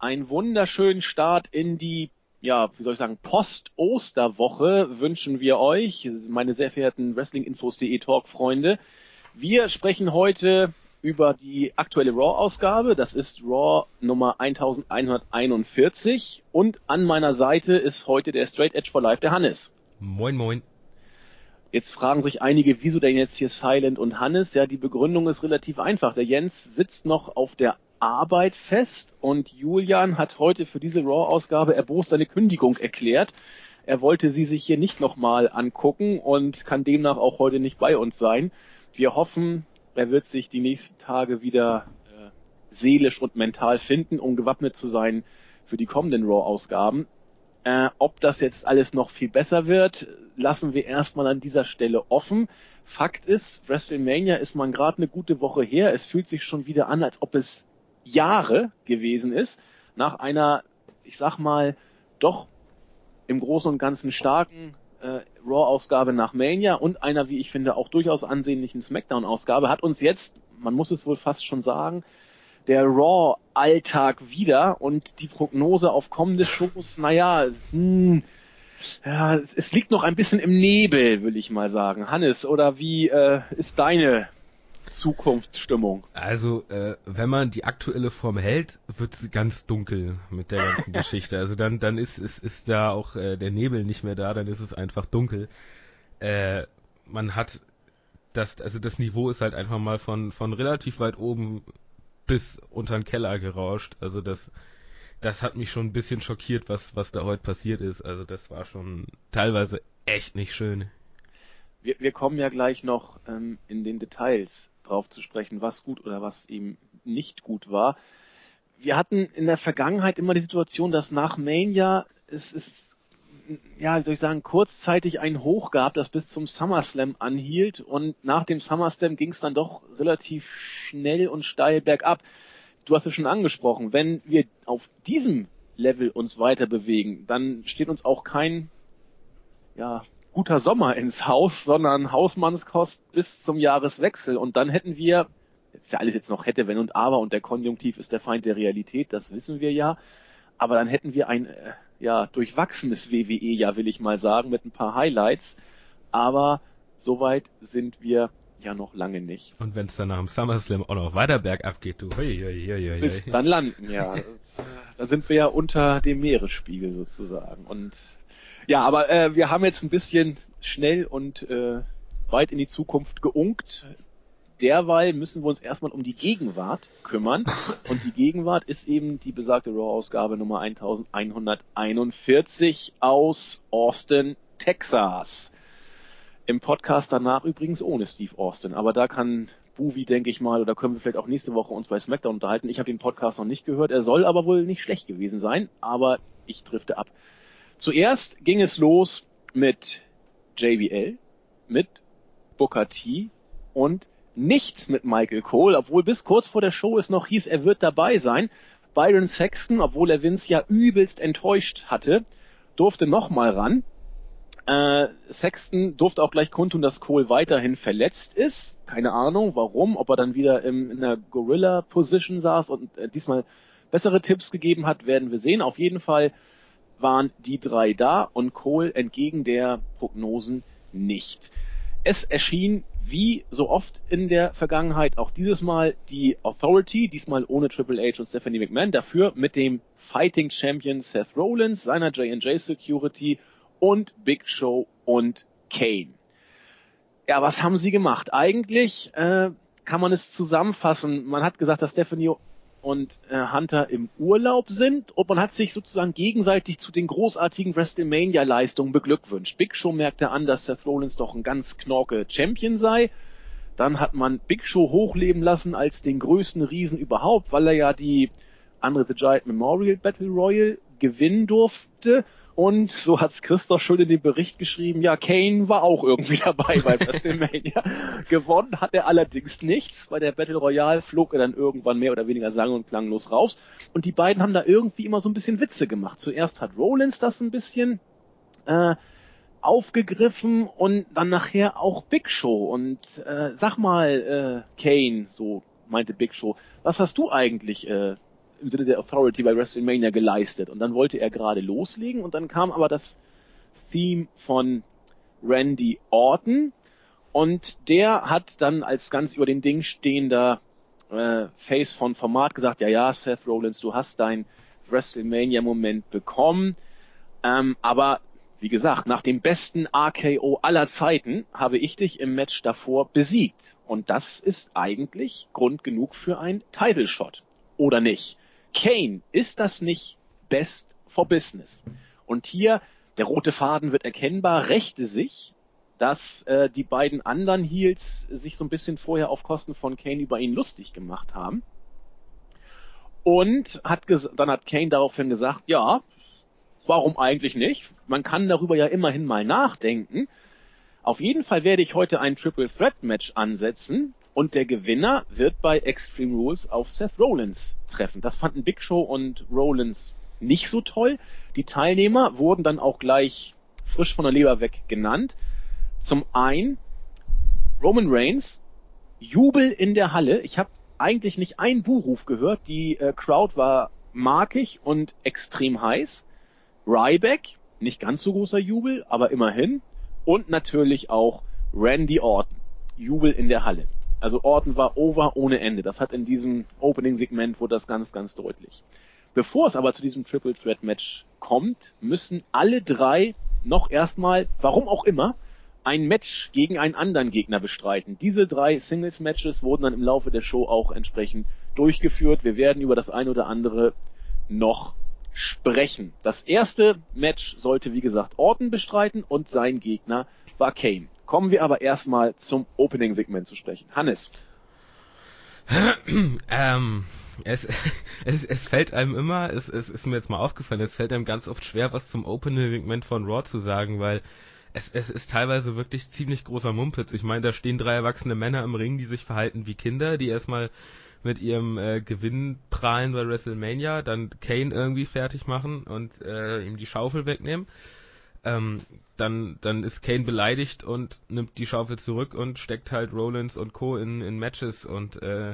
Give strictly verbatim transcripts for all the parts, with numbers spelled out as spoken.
einen wunderschönen Start in die, ja, wie soll ich sagen, Post-Osterwoche wünschen wir euch, meine sehr verehrten Wrestlinginfos punkt de Talk-Freunde. Wir sprechen heute über die aktuelle Raw-Ausgabe. Das ist Raw Nummer elfhunderteinundvierzig. Und an meiner Seite ist heute der Straight Edge for Life, der Hannes. Moin, moin. Jetzt fragen sich einige, wieso denn jetzt hier Silent und Hannes? Ja, die Begründung ist relativ einfach. Der Jens sitzt noch auf der Arbeit fest und Julian hat heute für diese Raw-Ausgabe erbost seine Kündigung erklärt. Er wollte sie sich hier nicht nochmal angucken und kann demnach auch heute nicht bei uns sein. Wir hoffen, er wird sich die nächsten Tage wieder äh, seelisch und mental finden, um gewappnet zu sein für die kommenden Raw-Ausgaben. Äh, ob das jetzt alles noch viel besser wird, lassen wir erstmal an dieser Stelle offen. Fakt ist, WrestleMania ist man gerade eine gute Woche her. Es fühlt sich schon wieder an, als ob es Jahre gewesen ist. Nach einer, ich sag mal, doch im Großen und Ganzen starken äh, Raw-Ausgabe nach Mania und einer, wie ich finde, auch durchaus ansehnlichen SmackDown-Ausgabe hat uns jetzt, man muss es wohl fast schon sagen, der Raw-Alltag wieder und die Prognose auf kommende Shows, naja, hm, ja, es, es liegt noch ein bisschen im Nebel, will ich mal sagen. Hannes, oder wie äh, ist deine Zukunftsstimmung? Also, äh, wenn man die aktuelle Form hält, wird es ganz dunkel mit der ganzen Geschichte. Also dann, dann ist, ist, ist da auch äh, der Nebel nicht mehr da, dann ist es einfach dunkel. Äh, man hat das, also das Niveau ist halt einfach mal von, von relativ weit oben bis unter den Keller gerauscht. Also das, das hat mich schon ein bisschen schockiert, was, was da heute passiert ist. Also das war schon teilweise echt nicht schön. Wir, wir kommen ja gleich noch ähm, in den Details drauf zu sprechen, was gut oder was eben nicht gut war. Wir hatten in der Vergangenheit immer die Situation, dass nach Mania es ist, ja, wie soll ich sagen, kurzzeitig ein Hoch gab, das bis zum SummerSlam anhielt und nach dem SummerSlam ging es dann doch relativ schnell und steil bergab. Du hast es schon angesprochen, wenn wir auf diesem Level uns weiter bewegen, dann steht uns auch kein, ja, guter Sommer ins Haus, sondern Hausmannskost bis zum Jahreswechsel und dann hätten wir, jetzt ist ja alles jetzt noch hätte, wenn und aber und der Konjunktiv ist der Feind der Realität, das wissen wir ja, aber dann hätten wir ein, äh, ja, durchwachsenes W W E-Jahr, will ich mal sagen, mit ein paar Highlights, aber soweit sind wir ja noch lange nicht. Und wenn es dann nach dem SummerSlam auch noch weiter bergab geht, du, hoi, hoi, hoi, hoi. Bis dann landen, ja. Das, da sind wir ja unter dem Meeresspiegel sozusagen und ja, aber äh, wir haben jetzt ein bisschen schnell und äh, weit in die Zukunft geunkt. Derweil müssen wir uns erstmal um die Gegenwart kümmern. Und die Gegenwart ist eben die besagte Raw-Ausgabe Nummer elfhunderteinundvierzig aus Austin, Texas. Im Podcast danach übrigens ohne Steve Austin. Aber da kann Buvi, denke ich mal, oder können wir vielleicht auch nächste Woche uns bei SmackDown unterhalten. Ich habe den Podcast noch nicht gehört. Er soll aber wohl nicht schlecht gewesen sein. Aber ich drifte ab. Zuerst ging es los mit J B L, mit Booker T und nicht mit Michael Cole, obwohl bis kurz vor der Show es noch hieß, er wird dabei sein. Byron Saxton, obwohl er Vince ja übelst enttäuscht hatte, durfte nochmal ran. Äh, Saxton durfte auch gleich kundtun, dass Cole weiterhin verletzt ist. Keine Ahnung, warum, ob er dann wieder im, in der Gorilla-Position saß und äh, diesmal bessere Tipps gegeben hat, werden wir sehen. Auf jeden Fall waren die drei da und Cole entgegen der Prognosen nicht. Es erschien wie so oft in der Vergangenheit auch dieses Mal die Authority, diesmal ohne Triple H und Stephanie McMahon, dafür mit dem Fighting Champion Seth Rollins, seiner J and J Security und Big Show und Kane. Ja, was haben sie gemacht? Eigentlich äh, kann man es zusammenfassen. Man hat gesagt, dass Stephanie und äh, Hunter im Urlaub sind und man hat sich sozusagen gegenseitig zu den großartigen WrestleMania-Leistungen beglückwünscht. Big Show merkte an, dass Seth Rollins doch ein ganz knorke Champion sei. Dann hat man Big Show hochleben lassen als den größten Riesen überhaupt, weil er ja die Andre the Giant Memorial Battle Royal gewinnen durfte. Und so hat's Christoph schön in dem Bericht geschrieben, ja, Kane war auch irgendwie dabei bei WrestleMania. Gewonnen hat er allerdings nichts. Bei der Battle Royale flog er dann irgendwann mehr oder weniger sang- und klanglos raus. Und die beiden haben da irgendwie immer so ein bisschen Witze gemacht. Zuerst hat Rollins das ein bisschen äh, aufgegriffen und dann nachher auch Big Show. Und äh, sag mal, äh, Kane, so meinte Big Show, was hast du eigentlich äh, im Sinne der Authority bei WrestleMania geleistet. Und dann wollte er gerade loslegen und dann kam aber das Theme von Randy Orton und der hat dann als ganz über dem Ding stehender äh, Face von Format gesagt, ja, ja, Seth Rollins, du hast dein WrestleMania-Moment bekommen, ähm, aber wie gesagt, nach dem besten R K O aller Zeiten habe ich dich im Match davor besiegt. Und das ist eigentlich Grund genug für ein Title Shot. Oder nicht? Kane, ist das nicht best for business? Und hier, der rote Faden wird erkennbar, rächte sich, dass äh, die beiden anderen Heels sich so ein bisschen vorher auf Kosten von Kane über ihn lustig gemacht haben. Und hat ges- dann hat Kane daraufhin gesagt, ja, warum eigentlich nicht? Man kann darüber ja immerhin mal nachdenken. Auf jeden Fall werde ich heute ein Triple Threat Match ansetzen und der Gewinner wird bei Extreme Rules auf Seth Rollins treffen. Das fanden Big Show und Rollins nicht so toll. Die Teilnehmer wurden dann auch gleich frisch von der Leber weg genannt. Zum einen Roman Reigns, Jubel in der Halle. Ich habe eigentlich nicht einen Buhruf gehört. Die äh, Crowd war markig und extrem heiß. Ryback, nicht ganz so großer Jubel, aber immerhin. Und natürlich auch Randy Orton, Jubel in der Halle. Also Orton war over ohne Ende. Das hat in diesem Opening-Segment wurde das ganz, ganz deutlich. Bevor es aber zu diesem Triple Threat Match kommt, müssen alle drei noch erstmal, warum auch immer, ein Match gegen einen anderen Gegner bestreiten. Diese drei Singles-Matches wurden dann im Laufe der Show auch entsprechend durchgeführt. Wir werden über das ein oder andere noch sprechen. Das erste Match sollte, wie gesagt, Orton bestreiten und sein Gegner war Kane. Kommen wir aber erstmal zum Opening-Segment zu sprechen. Hannes. ähm, es, es, es fällt einem immer, es, es ist mir jetzt mal aufgefallen, es fällt einem ganz oft schwer, was zum Opening-Segment von Raw zu sagen, weil es, es ist teilweise wirklich ziemlich großer Mumpitz. Ich meine, da stehen drei erwachsene Männer im Ring, die sich verhalten wie Kinder, die erstmal mit ihrem äh, Gewinn prahlen bei WrestleMania, dann Kane irgendwie fertig machen und äh, ihm die Schaufel wegnehmen. Ähm, dann, dann ist Kane beleidigt und nimmt die Schaufel zurück und steckt halt Rollins und Co. in, in Matches und äh,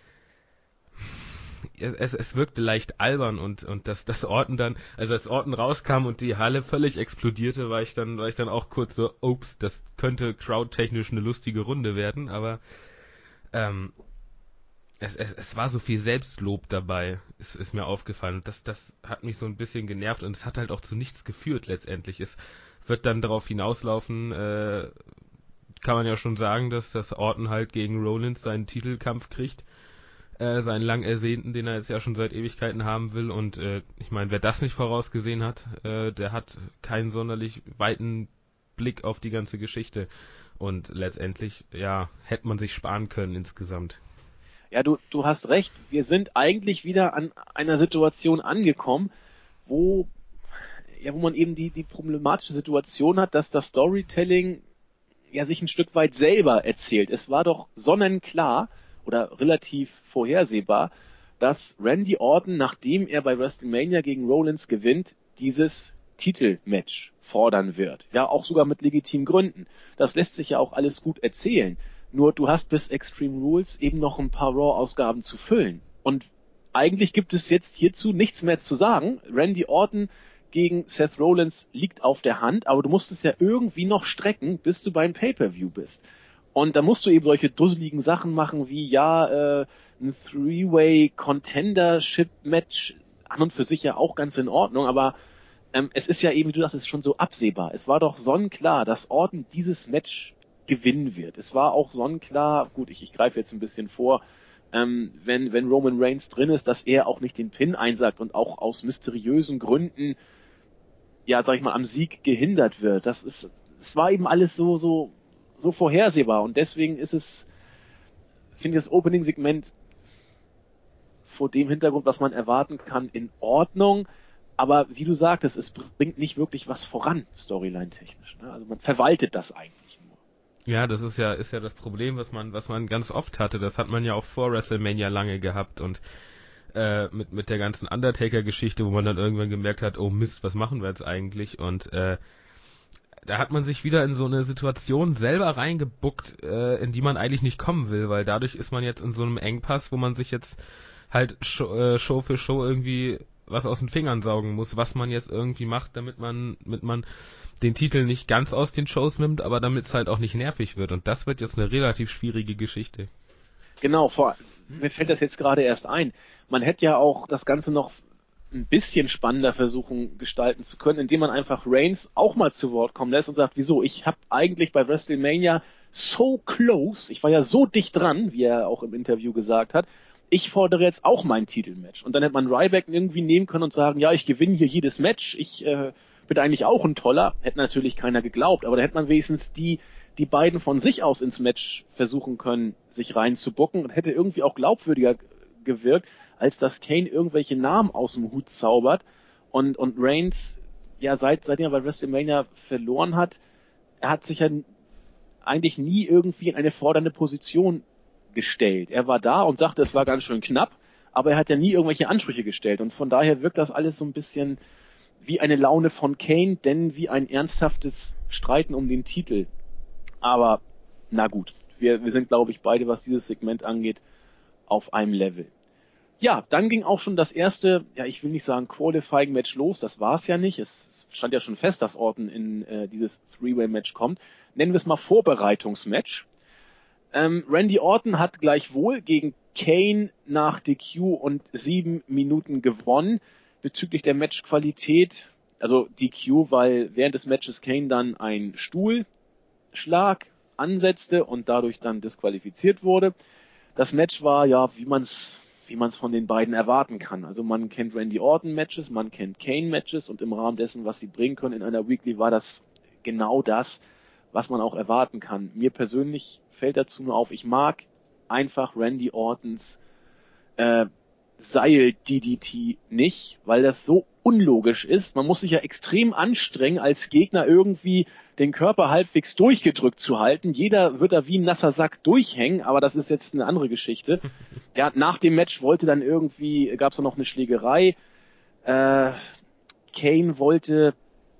es, es wirkte leicht albern und, und dass das Orton dann, also als Orton rauskam und die Halle völlig explodierte, war ich dann, war ich dann auch kurz so, ups, das könnte crowdtechnisch eine lustige Runde werden, aber ähm, Es, es, es war so viel Selbstlob dabei, ist, ist mir aufgefallen. Und das, das hat mich so ein bisschen genervt und es hat halt auch zu nichts geführt letztendlich. Es wird dann darauf hinauslaufen, äh, kann man ja schon sagen, dass das Orton halt gegen Rollins seinen Titelkampf kriegt, äh, seinen lang ersehnten, den er jetzt ja schon seit Ewigkeiten haben will. Und äh, ich meine, wer das nicht vorausgesehen hat, äh, der hat keinen sonderlich weiten Blick auf die ganze Geschichte. Und letztendlich, ja, hätte man sich sparen können insgesamt. Ja, du, du hast recht. Wir sind eigentlich wieder an einer Situation angekommen, wo, ja, wo man eben die, die problematische Situation hat, dass das Storytelling ja sich ein Stück weit selber erzählt. Es war doch sonnenklar oder relativ vorhersehbar, dass Randy Orton, nachdem er bei WrestleMania gegen Rollins gewinnt, dieses Titelmatch fordern wird. Ja, auch sogar mit legitimen Gründen. Das lässt sich ja auch alles gut erzählen. Nur du hast bis Extreme Rules eben noch ein paar Raw-Ausgaben zu füllen. Und eigentlich gibt es jetzt hierzu nichts mehr zu sagen. Randy Orton gegen Seth Rollins liegt auf der Hand, aber du musst es ja irgendwie noch strecken, bis du beim Pay-Per-View bist. Und da musst du eben solche dusseligen Sachen machen wie, ja, äh, ein Three-Way-Contendership-Match, an und für sich ja auch ganz in Ordnung, aber ähm, es ist ja eben, wie du sagtest, schon so absehbar. Es war doch sonnenklar, dass Orton dieses Match gewinnen wird. Es war auch sonnenklar, gut, ich, ich greife jetzt ein bisschen vor, ähm, wenn, wenn Roman Reigns drin ist, dass er auch nicht den Pin einsagt und auch aus mysteriösen Gründen, ja, sag ich mal, am Sieg gehindert wird. Das ist, es war eben alles so, so, so vorhersehbar und deswegen ist es, finde ich das Opening-Segment vor dem Hintergrund, was man erwarten kann, in Ordnung. Aber wie du sagtest, es bringt nicht wirklich was voran, Storyline-technisch. Ne? Also man verwaltet das eigentlich. Ja, das ist ja, ist ja das Problem, was man, was man ganz oft hatte. Das hat man ja auch vor WrestleMania lange gehabt und äh, mit, mit der ganzen Undertaker-Geschichte, wo man dann irgendwann gemerkt hat, oh Mist, was machen wir jetzt eigentlich? Und äh, da hat man sich wieder in so eine Situation selber reingebuckt, äh, in die man eigentlich nicht kommen will, weil dadurch ist man jetzt in so einem Engpass, wo man sich jetzt halt Show, äh, Show für Show irgendwie was aus den Fingern saugen muss, was man jetzt irgendwie macht, damit man, damit man den Titel nicht ganz aus den Shows nimmt, aber damit es halt auch nicht nervig wird. Und das wird jetzt eine relativ schwierige Geschichte. Genau, vor, mir fällt das jetzt gerade erst ein. Man hätte ja auch das Ganze noch ein bisschen spannender versuchen gestalten zu können, indem man einfach Reigns auch mal zu Wort kommen lässt und sagt, wieso, ich habe eigentlich bei WrestleMania so close, ich war ja so dicht dran, wie er auch im Interview gesagt hat, ich fordere jetzt auch mein Titelmatch. Und dann hätte man Ryback irgendwie nehmen können und sagen, ja, ich gewinne hier jedes Match, ich äh, bin eigentlich auch ein Toller. Hätte natürlich keiner geglaubt, aber da hätte man wenigstens die die beiden von sich aus ins Match versuchen können, sich reinzubucken und hätte irgendwie auch glaubwürdiger gewirkt, als dass Kane irgendwelche Namen aus dem Hut zaubert und und Reigns, ja, seit seitdem er bei WrestleMania verloren hat, er hat sich ja eigentlich nie irgendwie in eine fordernde Position gestellt. Er war da und sagte, es war ganz schön knapp, aber er hat ja nie irgendwelche Ansprüche gestellt und von daher wirkt das alles so ein bisschen wie eine Laune von Kane, denn wie ein ernsthaftes Streiten um den Titel. Aber na gut, wir, wir sind, glaube ich, beide, was dieses Segment angeht, auf einem Level. Ja, dann ging auch schon das erste, ja, ich will nicht sagen Qualifying-Match los, das war es ja nicht. Es stand ja schon fest, dass Orton in äh, dieses Three-Way-Match kommt. Nennen wir es mal Vorbereitungsmatch. Ähm, Randy Orton hat gleichwohl gegen Kane nach D Q und sieben Minuten gewonnen. Bezüglich der Matchqualität, also D Q, weil während des Matches Kane dann einen Stuhlschlag ansetzte und dadurch dann disqualifiziert wurde. Das Match war ja, wie man es wie man es von den beiden erwarten kann. Also man kennt Randy Orton Matches, man kennt Kane Matches und im Rahmen dessen, was sie bringen können in einer Weekly, war das genau das, was man auch erwarten kann. Mir persönlich fällt dazu nur auf, ich mag einfach Randy Ortons äh, Seil-D D T nicht, weil das so unlogisch ist. Man muss sich ja extrem anstrengen, als Gegner irgendwie den Körper halbwegs durchgedrückt zu halten. Jeder wird da wie ein nasser Sack durchhängen, aber das ist jetzt eine andere Geschichte. Ja, nach dem Match wollte dann irgendwie, gab es da noch eine Schlägerei. Äh, Kane wollte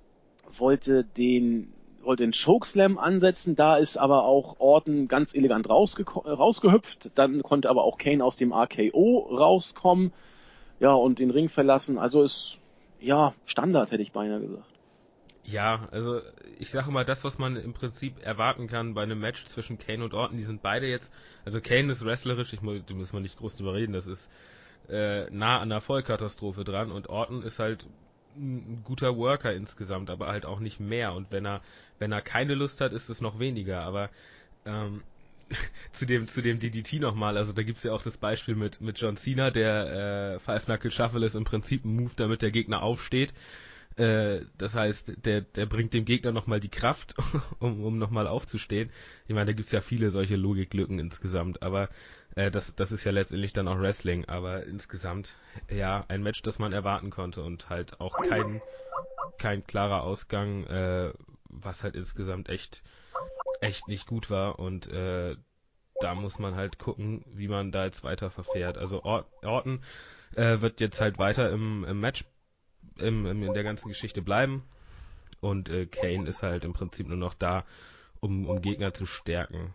wollte den wollte den Chokeslam ansetzen, da ist aber auch Orton ganz elegant rausge- rausgehüpft, dann konnte aber auch Kane aus dem R K O rauskommen, ja, und den Ring verlassen, also ist, ja, Standard, hätte ich beinahe gesagt. Ja, also ich sage mal, das, was man im Prinzip erwarten kann bei einem Match zwischen Kane und Orton, die sind beide jetzt, also Kane ist wrestlerisch, ich muss, da müssen wir nicht groß drüber reden, das ist äh, nah an der Vollkatastrophe dran und Orton ist halt ein guter Worker insgesamt, aber halt auch nicht mehr. Und wenn er wenn er keine Lust hat, ist es noch weniger. Aber ähm, zu dem zu dem D D T nochmal, also da gibt's ja auch das Beispiel mit mit John Cena, der äh, Five Knuckle Shuffle ist im Prinzip ein Move, damit der Gegner aufsteht. Äh, das heißt, der der bringt dem Gegner nochmal die Kraft, um um nochmal aufzustehen. Ich meine, da gibt's ja viele solche Logiklücken insgesamt, aber äh, das das ist ja letztendlich dann auch Wrestling. Aber insgesamt ja ein Match, das man erwarten konnte und halt auch kein kein klarer Ausgang, äh, was halt insgesamt echt echt nicht gut war und äh, da muss man halt gucken, wie man da jetzt weiter verfährt. Also Or- Orton äh, wird jetzt halt weiter im, im Match im, im, in der ganzen Geschichte bleiben und äh, Kane ist halt im Prinzip nur noch da, um, um Gegner zu stärken.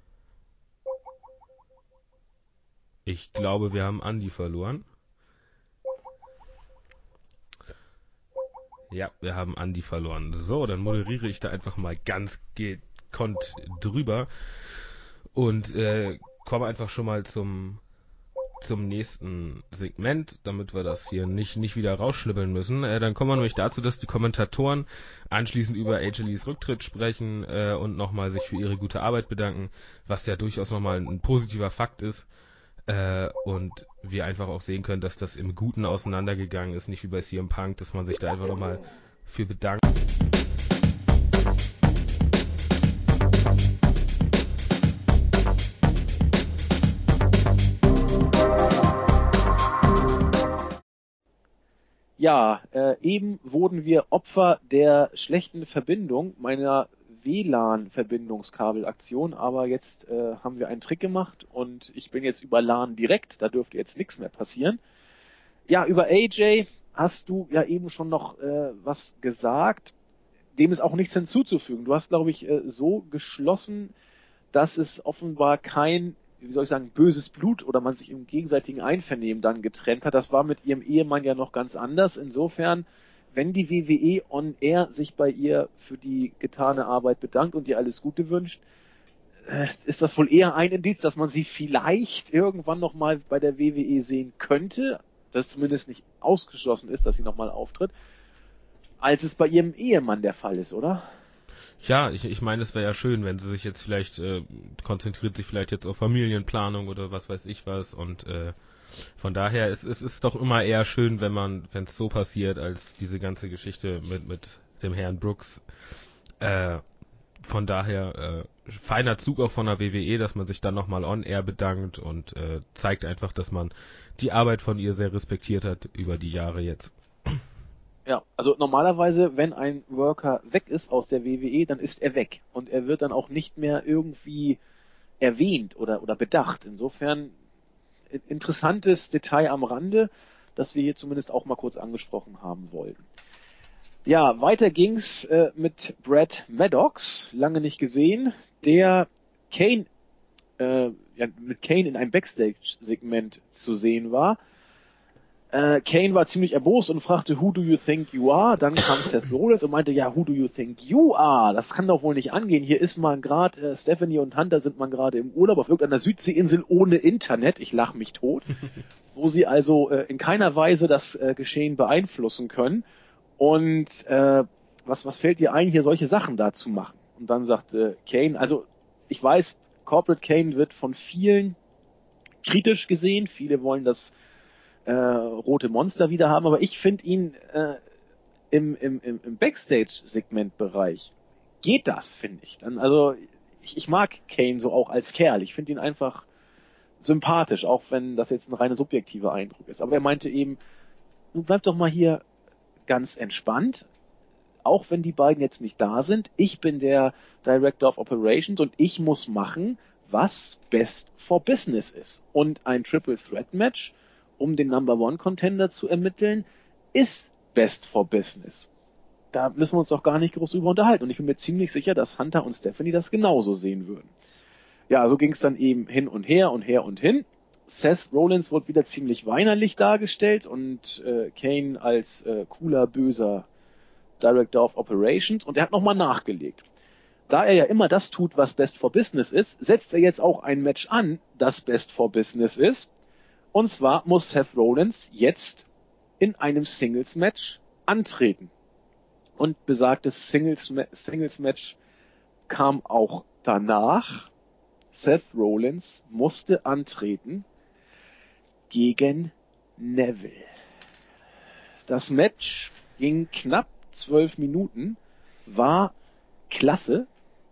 Ich glaube, wir haben Andy verloren. Ja, wir haben Andy verloren. So, dann moderiere ich da einfach mal ganz gekonnt drüber und äh, komme einfach schon mal zum zum nächsten Segment, damit wir das hier nicht nicht wieder rausschnibbeln müssen. Äh, dann kommen wir nämlich dazu, dass die Kommentatoren anschließend über A J Lees Rücktritt sprechen äh, und nochmal sich für ihre gute Arbeit bedanken, was ja durchaus nochmal ein, ein positiver Fakt ist. Äh, und wir einfach auch sehen können, dass das im Guten auseinandergegangen ist, nicht wie bei C M Punk, dass man sich da einfach nochmal für bedankt. Ja, äh, eben wurden wir Opfer der schlechten Verbindung meiner W L A N-Verbindungskabelaktion, aber jetzt äh, haben wir einen Trick gemacht und ich bin jetzt über L A N direkt, da dürfte jetzt nichts mehr passieren. Ja, über A J hast du ja eben schon noch äh, was gesagt, dem ist auch nichts hinzuzufügen. Du hast, glaube ich, äh, so geschlossen, dass es offenbar kein wie soll ich sagen, böses Blut oder man sich im gegenseitigen Einvernehmen dann getrennt hat. Das war mit ihrem Ehemann ja noch ganz anders. Insofern, wenn die W W E on Air sich bei ihr für die getane Arbeit bedankt und ihr alles Gute wünscht, ist das wohl eher ein Indiz, dass man sie vielleicht irgendwann nochmal bei der W W E sehen könnte, dass zumindest nicht ausgeschlossen ist, dass sie nochmal auftritt, als es bei ihrem Ehemann der Fall ist, oder? Ja, ich, ich meine, es wäre ja schön, wenn sie sich jetzt vielleicht, äh, konzentriert sich vielleicht jetzt auf Familienplanung oder was weiß ich was und äh, von daher ist es ist doch immer eher schön, wenn man, wenn es so passiert, als diese ganze Geschichte mit, mit dem Herrn Brooks. Äh, von daher äh, feiner Zug auch von der W W E, dass man sich dann nochmal on-air bedankt und äh, zeigt einfach, dass man die Arbeit von ihr sehr respektiert hat über die Jahre jetzt. Ja, also normalerweise, wenn ein Worker weg ist aus der W W E, dann ist er weg. Und er wird dann auch nicht mehr irgendwie erwähnt oder, oder bedacht. Insofern interessantes Detail am Rande, das wir hier zumindest auch mal kurz angesprochen haben wollten. Ja, weiter ging's äh, mit Brad Maddox, lange nicht gesehen, der Kane, äh, ja, mit Kane in einem Backstage-Segment zu sehen war. Äh, Kane war ziemlich erbost und fragte, who do you think you are? Dann kam Seth Rollins und meinte, ja, who do you think you are? Das kann doch wohl nicht angehen. Hier ist man gerade, äh, Stephanie und Hunter sind man gerade im Urlaub auf irgendeiner Südseeinsel ohne Internet. Ich lach mich tot. Wo sie also äh, in keiner Weise das äh, Geschehen beeinflussen können. Und äh, was, was fällt dir ein, hier solche Sachen da zu machen? Und dann sagte äh, Kane, also ich weiß, Corporate Kane wird von vielen kritisch gesehen. Viele wollen das Äh, rote Monster wieder haben, aber ich finde ihn äh, im, im, im Backstage-Segment-Bereich geht das, finde ich. Dann, also ich, ich mag Kane so auch als Kerl. Ich finde ihn einfach sympathisch, auch wenn das jetzt ein reiner subjektiver Eindruck ist. Aber er meinte eben, du bleib doch mal hier ganz entspannt, auch wenn die beiden jetzt nicht da sind. Ich bin der Director of Operations und ich muss machen, was best for business ist. Und ein Triple Threat Match, um den Number One Contender zu ermitteln, ist best for business. Da müssen wir uns doch gar nicht groß drüber unterhalten. Und ich bin mir ziemlich sicher, dass Hunter und Stephanie das genauso sehen würden. Ja, so ging es dann eben hin und her und her und hin. Seth Rollins wurde wieder ziemlich weinerlich dargestellt und äh, Kane als äh, cooler, böser Director of Operations. Und er hat nochmal nachgelegt. Da er ja immer das tut, was best for business ist, setzt er jetzt auch ein Match an, das best for business ist. Und zwar muss Seth Rollins jetzt in einem Singles-Match antreten. Und besagtes Singles-Match kam auch danach. Seth Rollins musste antreten gegen Neville. Das Match ging knapp zwölf Minuten, war klasse.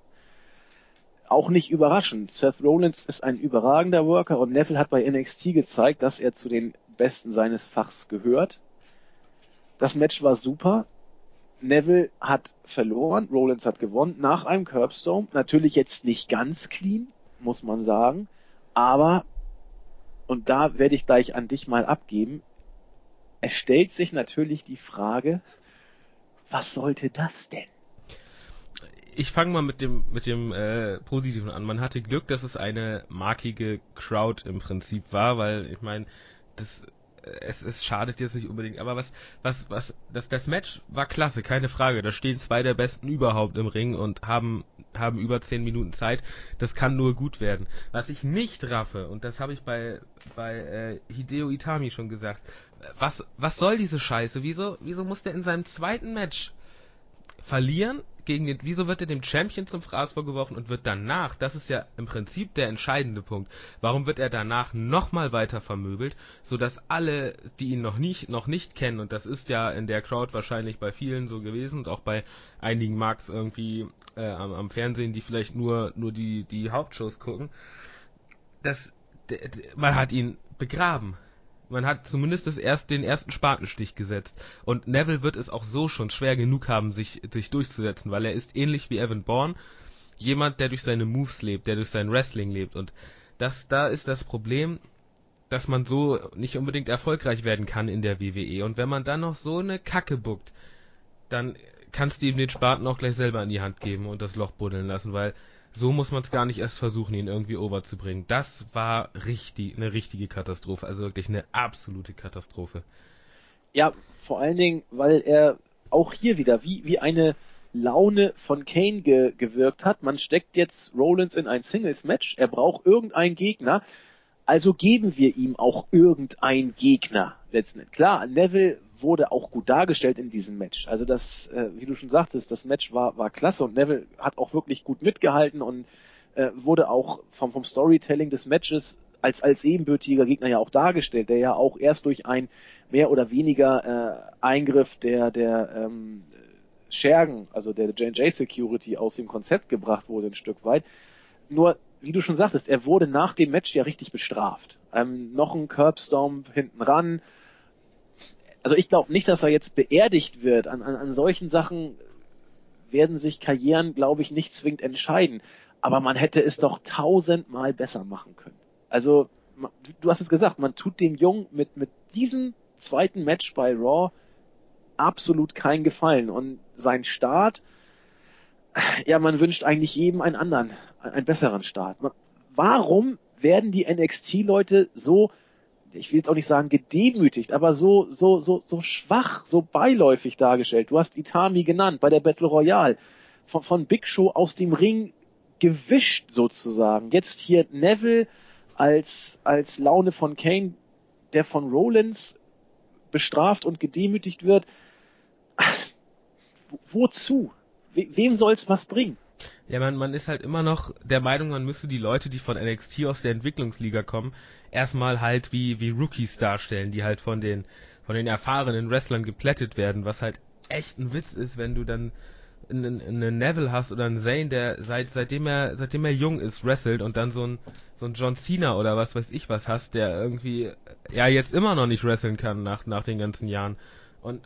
Auch nicht überraschend. Seth Rollins ist ein überragender Worker und Neville hat bei N X T gezeigt, dass er zu den Besten seines Fachs gehört. Das Match war super. Neville hat verloren, Rollins hat gewonnen, nach einem Curbstone. Natürlich jetzt nicht ganz clean, muss man sagen. Aber, und da werde ich gleich an dich mal abgeben, es stellt sich natürlich die Frage, was sollte das denn? Ich fange mal mit dem mit dem äh, Positiven an. Man hatte Glück, dass es eine markige Crowd im Prinzip war, weil ich meine, das es, es schadet jetzt nicht unbedingt, aber was was was das das Match war klasse, keine Frage. Da stehen zwei der Besten überhaupt im Ring und haben haben über zehn Minuten Zeit. Das kann nur gut werden. Was ich nicht raffe, und das habe ich bei bei äh, Hideo Itami schon gesagt, was was soll diese Scheiße? Wieso wieso muss der in seinem zweiten Match verlieren gegen den, wieso wird er dem Champion zum Fraß vorgeworfen und wird danach, das ist ja im Prinzip der entscheidende Punkt, warum wird er danach nochmal weiter vermöbelt, sodass alle, die ihn noch nicht, noch nicht kennen, und das ist ja in der Crowd wahrscheinlich bei vielen so gewesen und auch bei einigen mag es irgendwie äh, am, am Fernsehen, die vielleicht nur, nur die, die Hauptshows gucken, dass d- d- man hat ihn begraben. Man hat zumindest das erst, den ersten Spatenstich gesetzt. Und Neville wird es auch so schon schwer genug haben, sich, sich durchzusetzen, weil er ist ähnlich wie Evan Bourne jemand, der durch seine Moves lebt, der durch sein Wrestling lebt. Und das, da ist das Problem, dass man so nicht unbedingt erfolgreich werden kann in der W W E. Und wenn man dann noch so eine Kacke buckt, dann kannst du ihm den Spaten auch gleich selber in die Hand geben und das Loch buddeln lassen, weil so muss man es gar nicht erst versuchen, ihn irgendwie overzubringen. Das war richtig, eine richtige Katastrophe, also wirklich eine absolute Katastrophe. Ja, vor allen Dingen, weil er auch hier wieder wie, wie eine Laune von Kane ge, gewirkt hat. Man steckt jetzt Rollins in ein Singles-Match, er braucht irgendeinen Gegner, also geben wir ihm auch irgendeinen Gegner letzten Endes. Klar, Neville wurde auch gut dargestellt in diesem Match. Also das, äh, wie du schon sagtest, das Match war, war klasse und Neville hat auch wirklich gut mitgehalten und äh, wurde auch vom, vom Storytelling des Matches als, als ebenbürtiger Gegner ja auch dargestellt, der ja auch erst durch ein mehr oder weniger äh, Eingriff der, der ähm, Schergen, also der J and J Security aus dem Konzept gebracht wurde ein Stück weit. Nur, wie du schon sagtest, er wurde nach dem Match ja richtig bestraft. Ähm, noch ein Curbstomp hinten ran. Also ich glaube nicht, dass er jetzt beerdigt wird. An, an, an solchen Sachen werden sich Karrieren, glaube ich, nicht zwingend entscheiden. Aber man hätte es doch tausendmal besser machen können. Also, du hast es gesagt, man tut dem Jungen mit, mit diesem zweiten Match bei Raw absolut keinen Gefallen. Und sein Start, ja, man wünscht eigentlich jedem einen anderen, einen besseren Start. Warum werden die N X T-Leute so, ich will jetzt auch nicht sagen gedemütigt, aber so, so, so, so schwach, so beiläufig dargestellt? Du hast Itami genannt bei der Battle Royale, von, von Big Show aus dem Ring gewischt sozusagen. Jetzt hier Neville als, als Laune von Kane, der von Rollins bestraft und gedemütigt wird. Wozu? We- wem soll's was bringen? Ja, man, man ist halt immer noch der Meinung, man müsste die Leute, die von N X T aus der Entwicklungsliga kommen, erstmal halt wie, wie Rookies darstellen, die halt von den, von den erfahrenen Wrestlern geplättet werden, was halt echt ein Witz ist, wenn du dann einen, einen Neville hast oder einen Zayn, der seit, seitdem er, seitdem er jung ist, wrestelt und dann so ein, so ein John Cena oder was weiß ich was hast, der irgendwie, ja, jetzt immer noch nicht wresteln kann nach, nach den ganzen Jahren. Und,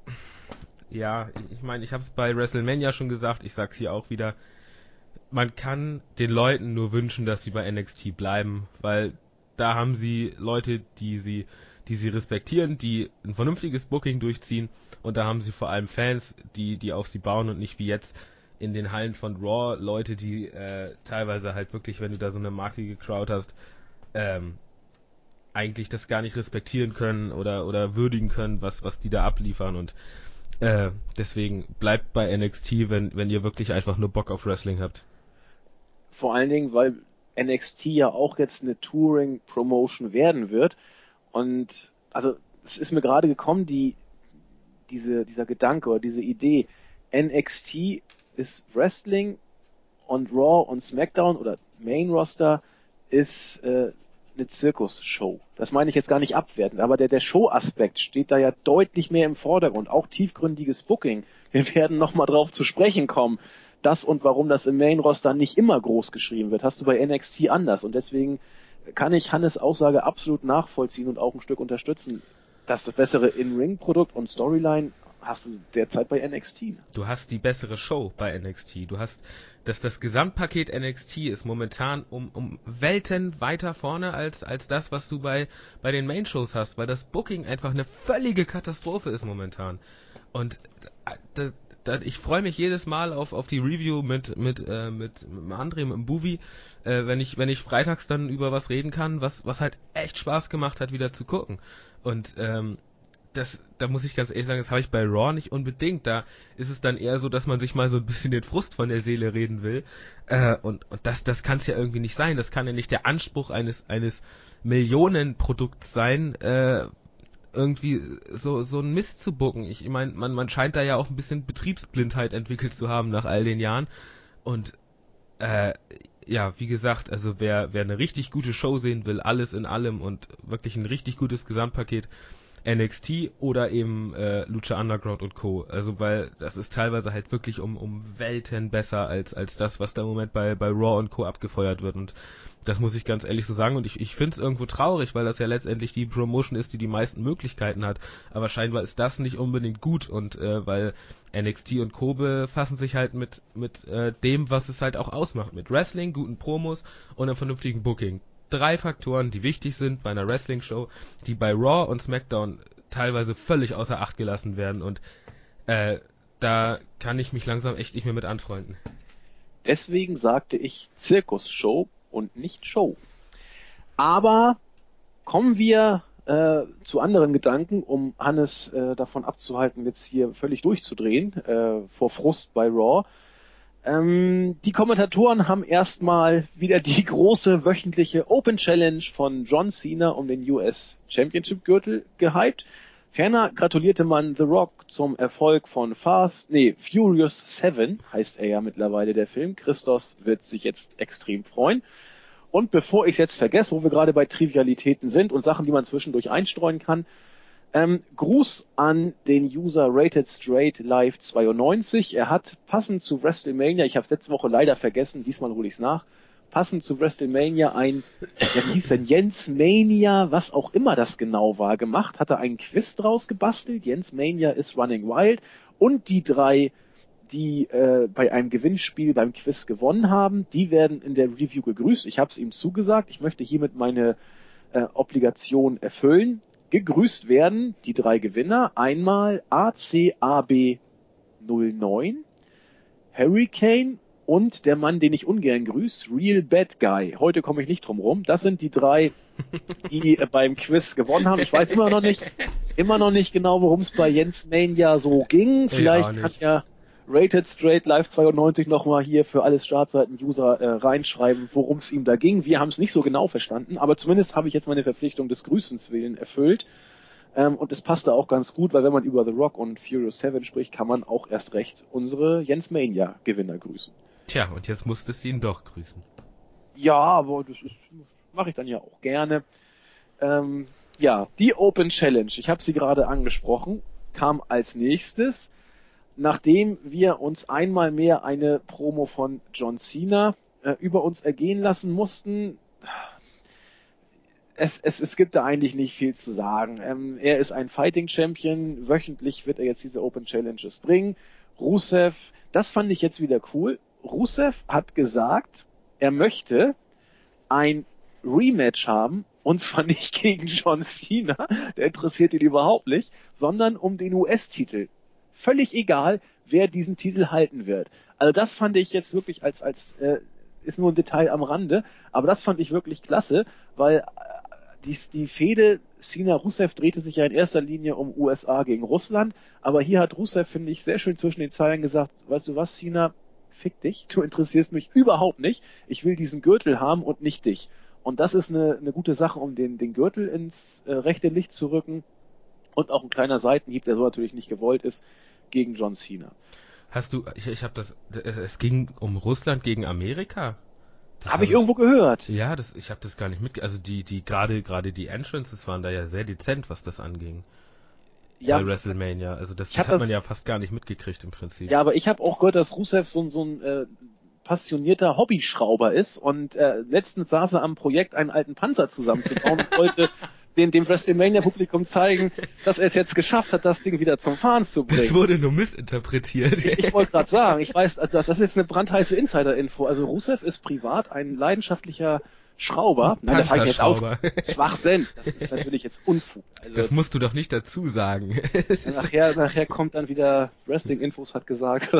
ja, ich meine, ich habe es bei WrestleMania schon gesagt, ich sag's hier auch wieder, man kann den Leuten nur wünschen, dass sie bei N X T bleiben, weil da haben sie Leute, die sie, die sie respektieren, die ein vernünftiges Booking durchziehen und da haben sie vor allem Fans, die, die auf sie bauen und nicht wie jetzt in den Hallen von Raw Leute, die äh, teilweise halt wirklich, wenn du da so eine markige Crowd hast, ähm, eigentlich das gar nicht respektieren können oder, oder würdigen können, was, was die da abliefern und äh, deswegen bleibt bei N X T, wenn, wenn ihr wirklich einfach nur Bock auf Wrestling habt. Vor allen Dingen, weil N X T ja auch jetzt eine Touring-Promotion werden wird. Und also es ist mir gerade gekommen, die diese dieser Gedanke oder diese Idee, N X T ist Wrestling und Raw und SmackDown oder Main Roster ist äh, eine Zirkusshow. Das meine ich jetzt gar nicht abwertend, aber der, der Show-Aspekt steht da ja deutlich mehr im Vordergrund. Auch tiefgründiges Booking. Wir werden nochmal drauf zu sprechen kommen. Das und warum das im Main-Roster nicht immer groß geschrieben wird, hast du bei N X T anders. Und deswegen kann ich Hannes' Aussage absolut nachvollziehen und auch ein Stück unterstützen. Dass das bessere In-Ring-Produkt und Storyline hast du derzeit bei N X T. Du hast die bessere Show bei N X T. Du hast das, das Gesamtpaket N X T ist momentan um, um Welten weiter vorne als, als das, was du bei, bei den Main-Shows hast, weil das Booking einfach eine völlige Katastrophe ist momentan. Und da, da, ich freue mich jedes Mal auf, auf die Review mit, mit, äh, mit, mit André, mit dem Buvi, äh, wenn ich, wenn ich freitags dann über was reden kann, was, was halt echt Spaß gemacht hat, wieder zu gucken. Und, ähm, das, da muss ich ganz ehrlich sagen, das habe ich bei Raw nicht unbedingt. Da ist es dann eher so, dass man sich mal so ein bisschen den Frust von der Seele reden will. Äh, und, und das, das kann es ja irgendwie nicht sein. Das kann ja nicht der Anspruch eines, eines Millionenprodukts sein, äh, irgendwie so, so einen Mist zu booken. Ich meine, man, man scheint da ja auch ein bisschen Betriebsblindheit entwickelt zu haben nach all den Jahren. Und, äh, ja, wie gesagt, also wer, wer eine richtig gute Show sehen will, alles in allem und wirklich ein richtig gutes Gesamtpaket, N X T oder eben äh, Lucha Underground und Co. Also weil das ist teilweise halt wirklich um, um Welten besser als, als das, was da im Moment bei, bei Raw und Co. abgefeuert wird und das muss ich ganz ehrlich so sagen und ich, ich finde es irgendwo traurig, weil das ja letztendlich die Promotion ist, die die meisten Möglichkeiten hat, aber scheinbar ist das nicht unbedingt gut und äh, weil N X T und Co. befassen sich halt mit, mit äh, dem, was es halt auch ausmacht, mit Wrestling, guten Promos und einem vernünftigen Booking. Drei Faktoren, die wichtig sind bei einer Wrestling-Show, die bei Raw und SmackDown teilweise völlig außer Acht gelassen werden und äh, da kann ich mich langsam echt nicht mehr mit anfreunden. Deswegen sagte ich Zirkusshow und nicht Show. Aber kommen wir äh, zu anderen Gedanken, um Hannes äh, davon abzuhalten, jetzt hier völlig durchzudrehen äh, vor Frust bei Raw. Ähm, die Kommentatoren haben erstmal wieder die große wöchentliche Open Challenge von John Cena um den U S Championship Gürtel gehypt. Ferner gratulierte man The Rock zum Erfolg von Fast, nee, Furious Seven heißt er ja mittlerweile, der Film. Christos wird sich jetzt extrem freuen. Und bevor ich es jetzt vergesse, wo wir gerade bei Trivialitäten sind und Sachen, die man zwischendurch einstreuen kann, ähm, Gruß an den User Rated Straight Live zweiundneunzig. Er hat passend zu WrestleMania, ich habe es letzte Woche leider vergessen, diesmal hole ich es nach, passend zu WrestleMania ein, ja, wie hieß denn, Jens Mania, was auch immer das genau war, gemacht, hat er einen Quiz draus gebastelt. Jens Mania is Running Wild, und die drei, die äh, bei einem Gewinnspiel beim Quiz gewonnen haben, die werden in der Review gegrüßt. Ich habe es ihm zugesagt, ich möchte hiermit meine äh, Obligation erfüllen. Gegrüßt werden die drei Gewinner, einmal A C A B null neun, Hurricane und der Mann, den ich ungern grüße, Real Bad Guy. Heute komme ich nicht drum rum. Das sind die drei, die äh, beim Quiz gewonnen haben. Ich weiß immer noch nicht, immer noch nicht genau, worum es bei Jens Mania so ging. Vielleicht ja, kann ja Rated Straight Live zweiundneunzig nochmal hier für alles Startseiten-User äh, reinschreiben, worum es ihm da ging. Wir haben es nicht so genau verstanden, aber zumindest habe ich jetzt meine Verpflichtung des Grüßens willen erfüllt. Ähm, und es passte auch ganz gut, weil wenn man über The Rock und Furious Seven spricht, kann man auch erst recht unsere Jens Mania-Gewinner grüßen. Tja, und jetzt musstest du ihn doch grüßen. Ja, aber das mache ich dann ja auch gerne. Ähm, ja, die Open Challenge, ich habe sie gerade angesprochen, kam als nächstes. Nachdem wir uns einmal mehr eine Promo von John Cena äh, über uns ergehen lassen mussten, es, es, es gibt da eigentlich nicht viel zu sagen. Ähm, er ist ein Fighting Champion, wöchentlich wird er jetzt diese Open Challenges bringen. Rusev, das fand ich jetzt wieder cool. Rusev hat gesagt, er möchte ein Rematch haben, und zwar nicht gegen John Cena, der interessiert ihn überhaupt nicht, sondern um den U S-Titel. Völlig egal, wer diesen Titel halten wird. Also das fand ich jetzt wirklich als, als äh, ist nur ein Detail am Rande, aber das fand ich wirklich klasse, weil äh, die, die Fehde Cena-Rusev drehte sich ja in erster Linie um U S A gegen Russland, aber hier hat Rusev, finde ich, sehr schön zwischen den Zeilen gesagt, weißt du was, Cena, fick dich, du interessierst mich überhaupt nicht, ich will diesen Gürtel haben und nicht dich. Und das ist eine, eine gute Sache, um den, den Gürtel ins äh, rechte Licht zu rücken, und auch ein kleiner Seitenhieb, der so natürlich nicht gewollt ist, gegen John Cena. Hast du, ich, ich habe das, es ging um Russland gegen Amerika? Habe hab ich irgendwo gehört. Ja, das, ich habe das gar nicht mitge... Also die, die, gerade, gerade die Entrances waren da ja sehr dezent, was das anging. Ja. Bei WrestleMania. Also das, das hat das, man ja fast gar nicht mitgekriegt im Prinzip. Ja, aber ich habe auch gehört, dass Rusev so, so ein äh, passionierter Hobbyschrauber ist, und äh, letztens saß er am Projekt, einen alten Panzer zusammenzubauen und wollte den, dem WrestleMania-Publikum zeigen, dass er es jetzt geschafft hat, das Ding wieder zum Fahren zu bringen. Das wurde nur missinterpretiert. Ich, ich wollte gerade sagen, ich weiß, also das ist jetzt eine brandheiße Insider-Info. Also Rusev ist privat ein leidenschaftlicher Schrauber. Nein, das heißt jetzt aus Schwachsinn. Das ist natürlich jetzt Unfug. Also, das musst du doch nicht dazu sagen. Nachher, nachher kommt dann wieder Wrestling-Infos hat gesagt.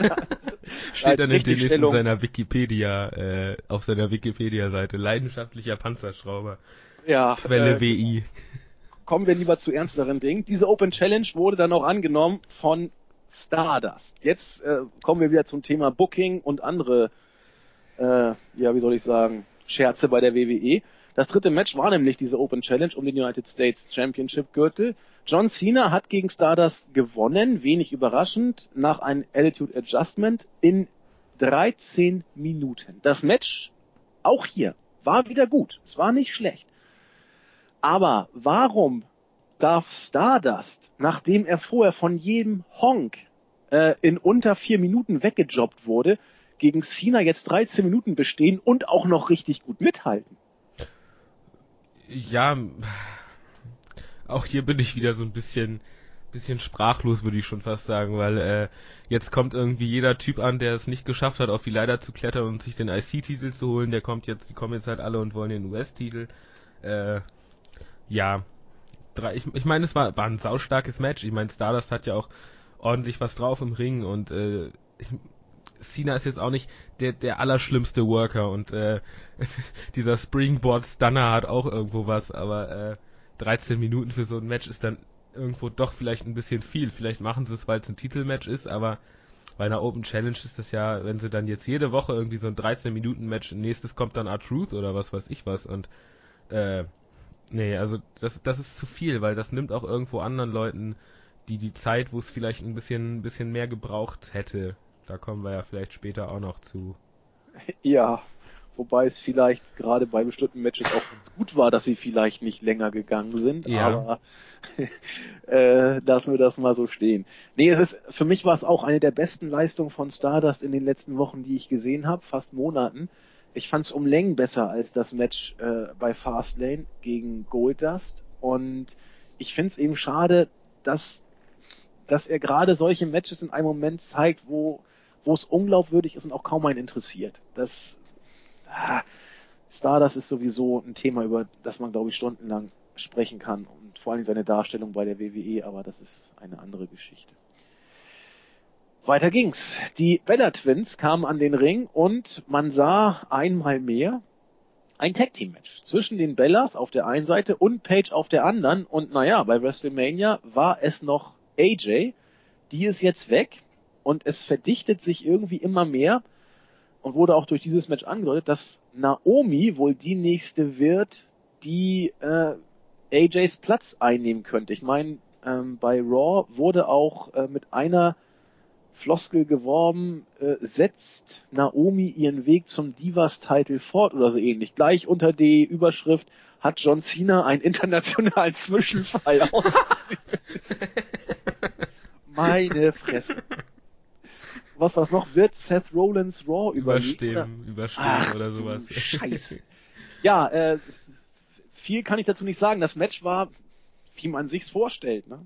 Steht dann in den Listen seiner Wikipedia, äh, auf seiner Wikipedia-Seite, leidenschaftlicher Panzerschrauber. Ja, Quelle äh, W I. Kommen wir lieber zu ernsteren Dingen. Diese Open Challenge wurde dann auch angenommen von Stardust. Jetzt äh, kommen wir wieder zum Thema Booking und andere, äh, ja, wie soll ich sagen, Scherze bei der W W E. Das dritte Match war nämlich diese Open Challenge um den United States Championship Gürtel. John Cena hat gegen Stardust gewonnen, wenig überraschend, nach einem Attitude Adjustment in dreizehn Minuten. Das Match, auch hier, war wieder gut. Es war nicht schlecht. Aber warum darf Stardust, nachdem er vorher von jedem Honk äh, in unter vier Minuten weggejobbt wurde, gegen Cena jetzt dreizehn Minuten bestehen und auch noch richtig gut mithalten? Ja, auch hier bin ich wieder so ein bisschen bisschen sprachlos, würde ich schon fast sagen, weil äh, jetzt kommt irgendwie jeder Typ an, der es nicht geschafft hat, auf die Leiter zu klettern und sich den I C-Titel zu holen, der kommt jetzt, die kommen jetzt halt alle und wollen den U S-Titel. Äh, ja, drei, ich, ich meine, es war, war ein saustarkes Match. Ich meine, Stardust hat ja auch ordentlich was drauf im Ring und äh, ich, Cena ist jetzt auch nicht der, der allerschlimmste Worker und äh, dieser Springboard Stunner hat auch irgendwo was, aber äh, dreizehn Minuten für so ein Match ist dann irgendwo doch vielleicht ein bisschen viel. Vielleicht machen sie es, weil es ein Titelmatch ist, aber bei einer Open Challenge ist das ja, wenn sie dann jetzt jede Woche irgendwie so ein dreizehn Minuten Match, nächstes kommt dann R-Truth oder was weiß ich was und äh, nee, also das, das ist zu viel, weil das nimmt auch irgendwo anderen Leuten die die Zeit, wo es vielleicht ein bisschen, ein bisschen mehr gebraucht hätte. Da kommen wir ja vielleicht später auch noch zu. Ja, wobei es vielleicht gerade bei bestimmten Matches auch ganz gut war, dass sie vielleicht nicht länger gegangen sind, Ja. aber äh, lassen wir das mal so stehen. Nee, es ist, für mich war es auch eine der besten Leistungen von Stardust in den letzten Wochen, die ich gesehen habe, fast Monaten. Ich fand es um Längen besser als das Match äh, bei Fastlane gegen Goldust und ich finde es eben schade, dass dass er gerade solche Matches in einem Moment zeigt, wo wo es unglaubwürdig ist und auch kaum einen interessiert. Das ah, Stardust ist sowieso ein Thema, über das man, glaube ich, stundenlang sprechen kann und vor allem seine Darstellung bei der W W E, aber das ist eine andere Geschichte. Weiter ging's. Die Bella Twins kamen an den Ring und man sah einmal mehr ein Tag-Team-Match zwischen den Bellas auf der einen Seite und Paige auf der anderen und naja, bei WrestleMania war es noch A J, die ist jetzt weg und es verdichtet sich irgendwie immer mehr und wurde auch durch dieses Match angedeutet, dass Naomi wohl die nächste wird, die äh, A Js Platz einnehmen könnte. Ich meine, ähm, bei Raw wurde auch äh, mit einer Floskel geworben, äh, setzt Naomi ihren Weg zum Divas-Title fort oder so ähnlich. Gleich unter die Überschrift hat John Cena einen internationalen Zwischenfall ausgelöst. Meine Fresse. Was war das noch? Wird Seth Rollins Raw überstehen, überleben? überstehen Ach, oder sowas. Scheiße. Ja, äh, viel kann ich dazu nicht sagen. Das Match war, wie man sich's vorstellt, ne?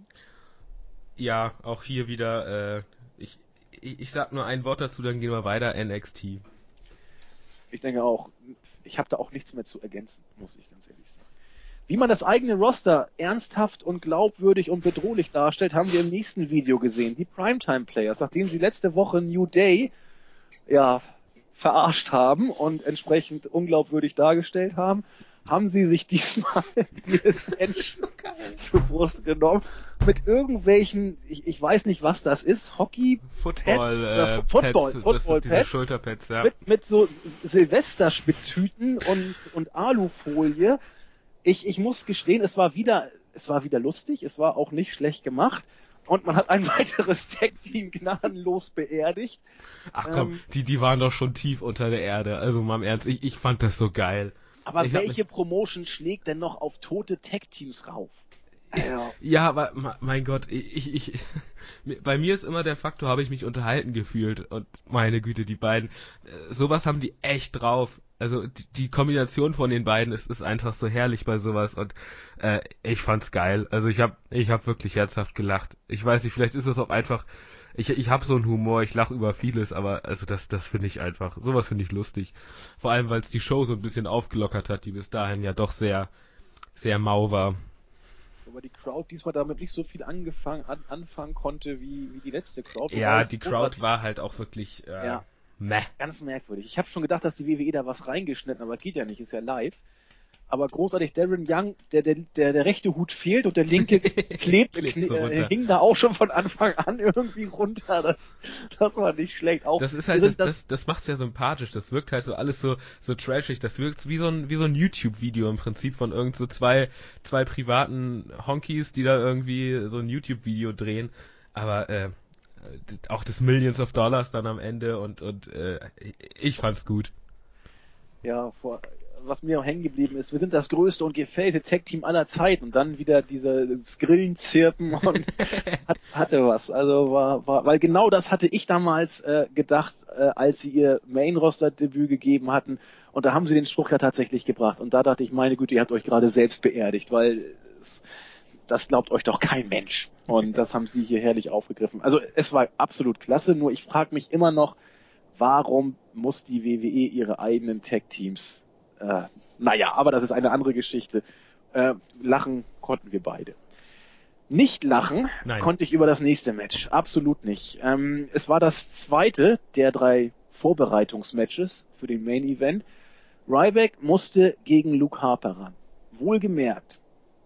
Ja, auch hier wieder, äh, ich, ich, ich sag nur ein Wort dazu, dann gehen wir weiter, N X T. Ich denke auch, ich habe da auch nichts mehr zu ergänzen, muss ich ganz ehrlich sagen. Wie man das eigene Roster ernsthaft und glaubwürdig und bedrohlich darstellt, haben wir im nächsten Video gesehen. Die Primetime Players, nachdem sie letzte Woche New Day ja verarscht haben und entsprechend unglaubwürdig dargestellt haben, haben sie sich diesmal die Essenz so zur Brust genommen mit irgendwelchen, ich, ich weiß nicht, was das ist, Hockey Football, Pads, äh, äh, Football, Pads, Football das sind diese Pads, Schulterpads, ja. mit, mit so Silvesterspitzhüten und, und Alufolie. Ich, ich muss gestehen, es war wieder, es war wieder lustig, es war auch nicht schlecht gemacht. Und man hat ein weiteres Tag-Team gnadenlos beerdigt. Ach komm, ähm, die, die waren doch schon tief unter der Erde. Also mal im Ernst, ich, ich fand das so geil. Aber ich welche Promotion schlägt denn noch auf tote Tag-Teams rauf? Also. Ja, aber mein Gott, ich, ich, ich, bei mir ist immer der Faktor, habe ich mich unterhalten gefühlt und meine Güte, die beiden, sowas haben die echt drauf. Also die, die Kombination von den beiden ist, ist einfach so herrlich bei sowas und äh, ich fand's geil. Also ich habe ich hab wirklich herzhaft gelacht. Ich weiß nicht, vielleicht ist es auch einfach, ich, ich habe so einen Humor, ich lache über vieles, aber also das, das finde ich einfach, sowas finde ich lustig. Vor allem, weil es die Show so ein bisschen aufgelockert hat, die bis dahin ja doch sehr, sehr mau war. Aber die Crowd diesmal damit nicht so viel angefangen, an, anfangen konnte wie, wie die letzte Crowd. Ja, die Crowd war halt auch wirklich äh, ja, meh. Ganz merkwürdig. Ich habe schon gedacht, dass die W W E da was reingeschnitten, aber geht ja nicht, ist ja live. Aber großartig, Darren Young, der, der, der, der rechte Hut fehlt und der linke klebt, klebt so äh, hing da auch schon von Anfang an irgendwie runter. Das, das war nicht schlecht. Auch, das ist halt, das, das, das, das macht's ja sympathisch. Das wirkt halt so alles so, so trashig. Das wirkt wie so ein, wie so ein YouTube-Video im Prinzip von irgend so zwei, zwei privaten Honkies, die da irgendwie so ein YouTube-Video drehen. Aber, äh, auch des Millions of Dollars dann am Ende und, und, äh, ich fand's gut. Ja, vor, was mir auch hängen geblieben ist, wir sind das größte und gefällte Tag-Team aller Zeiten und dann wieder dieses Grillenzirpen und hat, hatte was. Also war, war, weil genau das hatte ich damals äh, gedacht, äh, als sie ihr Main-Roster-Debüt gegeben hatten und da haben sie den Spruch ja tatsächlich gebracht und da dachte ich, meine Güte, ihr habt euch gerade selbst beerdigt, weil das glaubt euch doch kein Mensch. Und das haben sie hier herrlich aufgegriffen. Also es war absolut klasse, nur ich frage mich immer noch, warum muss die W W E ihre eigenen Tag-Teams, äh, naja, aber das ist eine andere Geschichte. Äh, lachen konnten wir beide. Nicht lachen Nein. konnte ich über das nächste Match. Absolut nicht. Ähm, es war das zweite der drei Vorbereitungsmatches für den Main Event. Ryback musste gegen Luke Harper ran. Wohlgemerkt,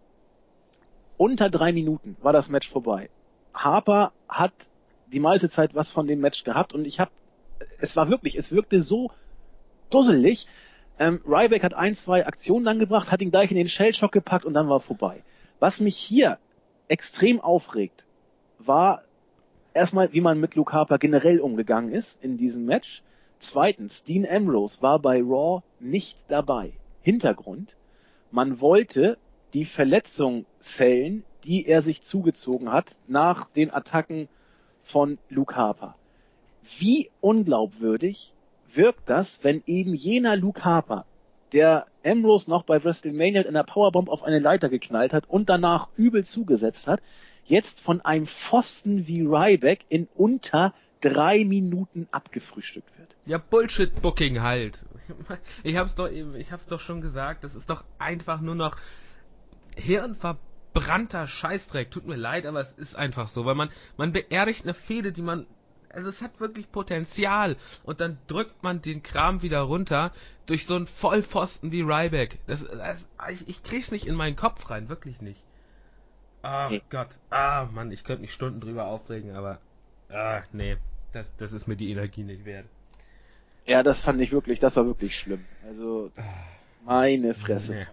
unter drei Minuten war das Match vorbei. Harper hat die meiste Zeit was von dem Match gehabt und ich habe, es war wirklich, es wirkte so dusselig. Ähm, Ryback hat ein, zwei Aktionen dann gebracht, hat ihn gleich in den Shellshock gepackt und dann war vorbei. Was mich hier extrem aufregt, war erstmal, wie man mit Luke Harper generell umgegangen ist in diesem Match. Zweitens, Dean Ambrose war bei Raw nicht dabei. Hintergrund, man wollte die Verletzung zählen, die er sich zugezogen hat nach den Attacken von Luke Harper. Wie unglaubwürdig wirkt das, wenn eben jener Luke Harper, der Ambrose noch bei WrestleMania in der Powerbomb auf eine Leiter geknallt hat und danach übel zugesetzt hat, jetzt von einem Pfosten wie Ryback in unter drei Minuten abgefrühstückt wird. Ja, Bullshit-Booking halt. Ich hab's doch eben, ich hab's doch schon gesagt, das ist doch einfach nur noch hirnverbrannter Scheißdreck. Tut mir leid, aber es ist einfach so, weil man, man beerdigt eine Fehde, die man, also es hat wirklich Potenzial und dann drückt man den Kram wieder runter durch so einen Vollpfosten wie Ryback. Das, das, ich, ich krieg's nicht in meinen Kopf rein, wirklich nicht. Ach Nee. Gott, ah Mann, ich könnte mich Stunden drüber aufregen, aber ah, nee, das, das ist mir die Energie nicht wert. Ja, das fand ich wirklich, das war wirklich schlimm. Also, meine Fresse. Nee.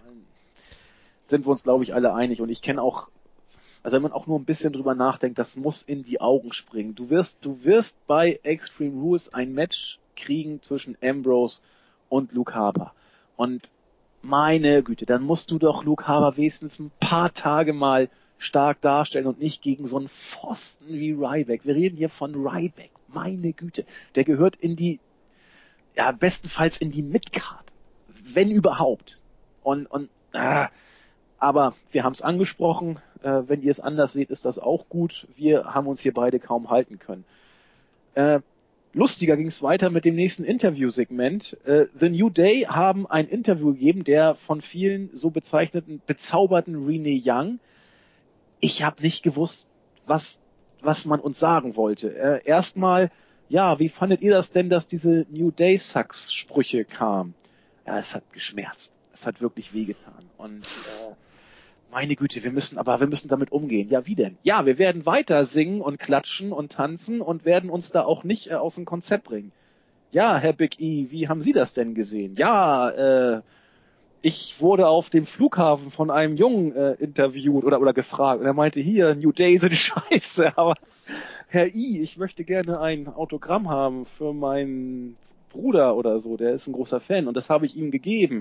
Sind wir uns, glaube ich, alle einig. Und ich kenne auch, also wenn man auch nur ein bisschen drüber nachdenkt, das muss in die Augen springen. Du wirst, du wirst bei Extreme Rules ein Match kriegen zwischen Ambrose und Luke Harper. Und meine Güte, dann musst du doch Luke Harper wenigstens ein paar Tage mal stark darstellen und nicht gegen so einen Pfosten wie Ryback. Wir reden hier von Ryback. Meine Güte. Der gehört in die, ja, bestenfalls in die Midcard. Wenn überhaupt. Und, und, ah, aber wir haben es angesprochen, äh, wenn ihr es anders seht, ist das auch gut. Wir haben uns hier beide kaum halten können. Äh, lustiger ging es weiter mit dem nächsten Interviewsegment. Äh, The New Day haben ein Interview gegeben, der von vielen so bezeichneten, bezauberten Renee Young. Ich habe nicht gewusst, was, was man uns sagen wollte. Äh, erstmal, ja, wie fandet ihr das denn, dass diese New Day Sucks Sprüche kamen? Ja, es hat geschmerzt. Es hat wirklich wehgetan. Und äh, meine Güte, wir müssen, aber wir müssen damit umgehen. Ja, wie denn? Ja, wir werden weiter singen und klatschen und tanzen und werden uns da auch nicht äh, aus dem Konzept bringen. Ja, Herr Big E, wie haben Sie das denn gesehen? Ja, äh, ich wurde auf dem Flughafen von einem Jungen äh, interviewt oder oder gefragt und er meinte, hier, New Day sind scheiße, aber Herr I, ich möchte gerne ein Autogramm haben für meinen Bruder oder so, der ist ein großer Fan und das habe ich ihm gegeben.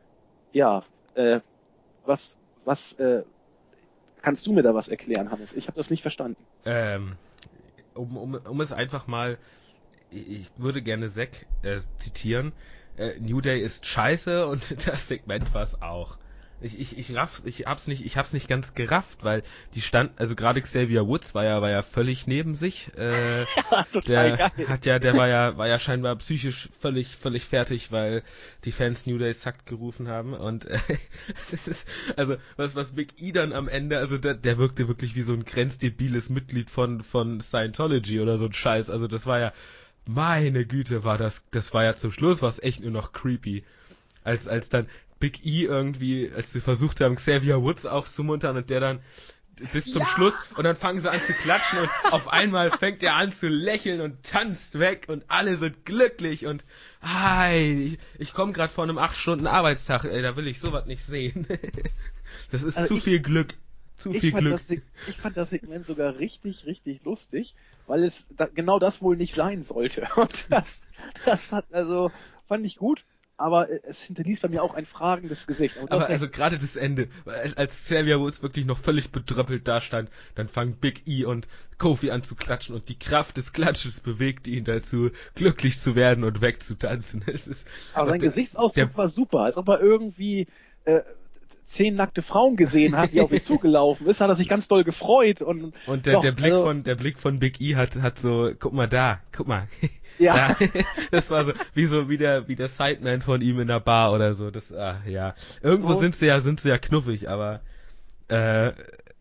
Ja, äh, was, was, äh, kannst du mir da was erklären, Hannes? Ich habe das nicht verstanden. Ähm, um, um, um es einfach mal, ich würde gerne Zack äh, zitieren, äh, New Day ist scheiße und das Segment war es auch. Ich, ich, ich raff, ich hab's nicht, ich hab's nicht ganz gerafft, weil die stand, also gerade Xavier Woods war ja, war ja völlig neben sich. Äh, Ja, total der geil. hat ja, der war ja, war ja scheinbar psychisch völlig, völlig fertig, weil die Fans New Day suckt gerufen haben und äh, das ist, also was, was Big E dann am Ende, also der, der wirkte wirklich wie so ein grenzdebiles Mitglied von, von Scientology oder so ein Scheiß. Also das war ja, meine Güte, war das, das war ja zum Schluss war es echt nur noch creepy, als, als dann Big E irgendwie, als sie versucht haben, Xavier Woods aufzumuntern und der dann bis zum Ja! Schluss und dann fangen sie an zu klatschen und auf einmal fängt er an zu lächeln und tanzt weg und alle sind glücklich und ei, ich, ich komme gerade von einem acht Stunden Arbeitstag, ey, da will ich sowas nicht sehen. Das ist Also zu ich- viel Glück. Zu Ich viel fand, Glück. das, Seg- ich fand das Segment sogar richtig, richtig lustig, weil es da, genau das wohl nicht sein sollte. Und das, das hat, also, fand ich gut, aber es hinterließ bei mir auch ein fragendes Gesicht. Aber, du Aber hast also recht. gerade das Ende, als- als Xavier Woods wirklich noch völlig bedröppelt dastand, dann fangen Big E und Kofi an zu klatschen und die Kraft des Klatsches bewegt ihn dazu, glücklich zu werden und wegzutanzen. Es ist, aber sein und der- Gesichtsausdruck der- war super, als ob er irgendwie äh, zehn nackte Frauen gesehen hat, die auf ihn zugelaufen ist, hat er sich ganz doll gefreut. Und, Und der, doch, der Blick also, von der Blick von Big E hat hat so, guck mal da, guck mal. Ja. Da. Das war so wie so wie der wie der Sideman von ihm in der Bar oder so. Das ah, ja. Irgendwo Und- sind sie ja sind sie ja knuffig, aber äh,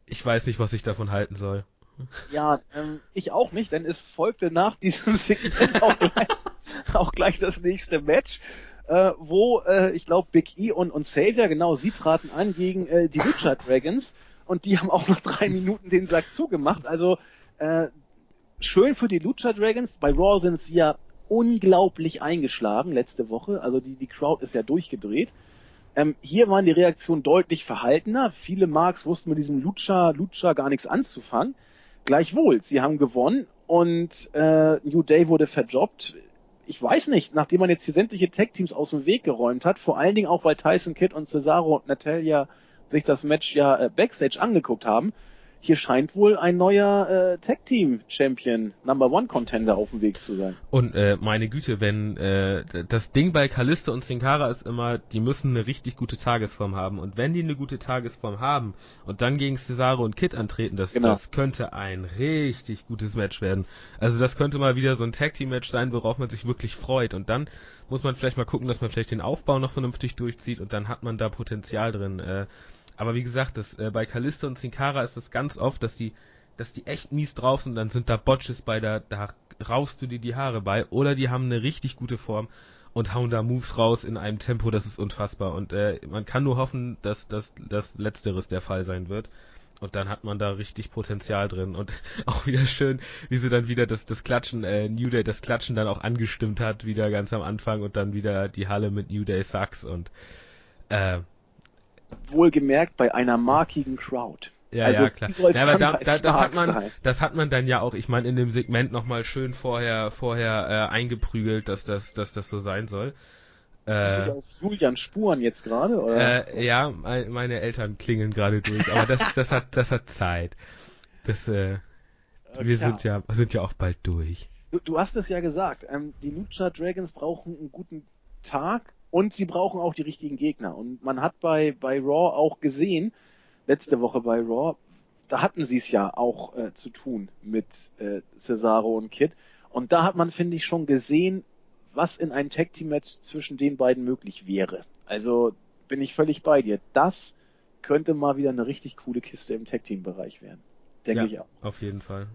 ich weiß nicht, was ich davon halten soll. Ja, ähm, ich auch nicht, denn es folgte nach diesem Segment auch gleich, auch gleich das nächste Match, äh, wo äh, ich glaube Big E und, und Xavier, genau, sie traten an gegen äh, die Lucha Dragons und die haben auch nach drei Minuten den Sack zugemacht. Also äh, schön für die Lucha Dragons. Bei Raw sind sie ja unglaublich eingeschlagen letzte Woche. Also die, die Crowd ist ja durchgedreht. Ähm, hier waren die Reaktionen deutlich verhaltener. Viele Marks wussten mit diesem Lucha, Lucha gar nichts anzufangen. Gleichwohl, sie haben gewonnen und äh, New Day wurde verjobbt. Ich weiß nicht, nachdem man jetzt hier sämtliche Tag-Teams aus dem Weg geräumt hat, vor allen Dingen auch, weil Tyson Kidd und Cesaro und Natalya sich das Match ja äh, Backstage angeguckt haben, hier scheint wohl ein neuer äh, Tag-Team-Champion, Number One Contender auf dem Weg zu sein. Und äh, meine Güte, wenn äh, das Ding bei Kalisto und Sin Cara ist immer, die müssen eine richtig gute Tagesform haben. Und wenn die eine gute Tagesform haben und dann gegen Cesaro und Kid antreten, das, genau. das könnte ein richtig gutes Match werden. Also das könnte mal wieder so ein Tag-Team-Match sein, worauf man sich wirklich freut. Und dann muss man vielleicht mal gucken, dass man vielleicht den Aufbau noch vernünftig durchzieht und dann hat man da Potenzial drin. Äh, aber wie gesagt, das, äh, bei Kalisto und Sin Cara ist das ganz oft, dass die dass die echt mies drauf sind, dann sind da Botches bei, da, da raufst du dir die Haare bei, oder die haben eine richtig gute Form und hauen da Moves raus in einem Tempo, das ist unfassbar. Und äh, man kann nur hoffen, dass das dass Letzteres der Fall sein wird. Und dann hat man da richtig Potenzial drin. Und auch wieder schön, wie sie dann wieder das, das Klatschen, äh, New Day, das Klatschen dann auch angestimmt hat, wieder ganz am Anfang und dann wieder die Halle mit New Day Sucks und äh, wohlgemerkt bei einer markigen Crowd. Ja, also, ja, klar. Ja, aber da, da, das hat man, sein? das hat man dann ja auch, ich meine, in dem Segment nochmal schön vorher, vorher äh, eingeprügelt, dass das, dass das so sein soll. Bist äh, du auf Julians Spuren jetzt gerade, oder? Äh, ja, mein, meine Eltern klingeln gerade durch, aber das, das hat, das hat Zeit. Das, äh, wir ja. sind ja, sind ja auch bald durch. Du, du hast es ja gesagt, ähm, die Lucha Dragons brauchen einen guten Tag und sie brauchen auch die richtigen Gegner. Und man hat bei, bei Raw auch gesehen, letzte Woche bei Raw, da hatten sie es ja auch äh, zu tun mit äh, Cesaro und Kid. Und da hat man, finde ich, schon gesehen, was in einem Tag-Team-Match zwischen den beiden möglich wäre. Also bin ich völlig bei dir. Das könnte mal wieder eine richtig coole Kiste im Tag-Team-Bereich werden. Denke ja, ich auch. Auf jeden Fall.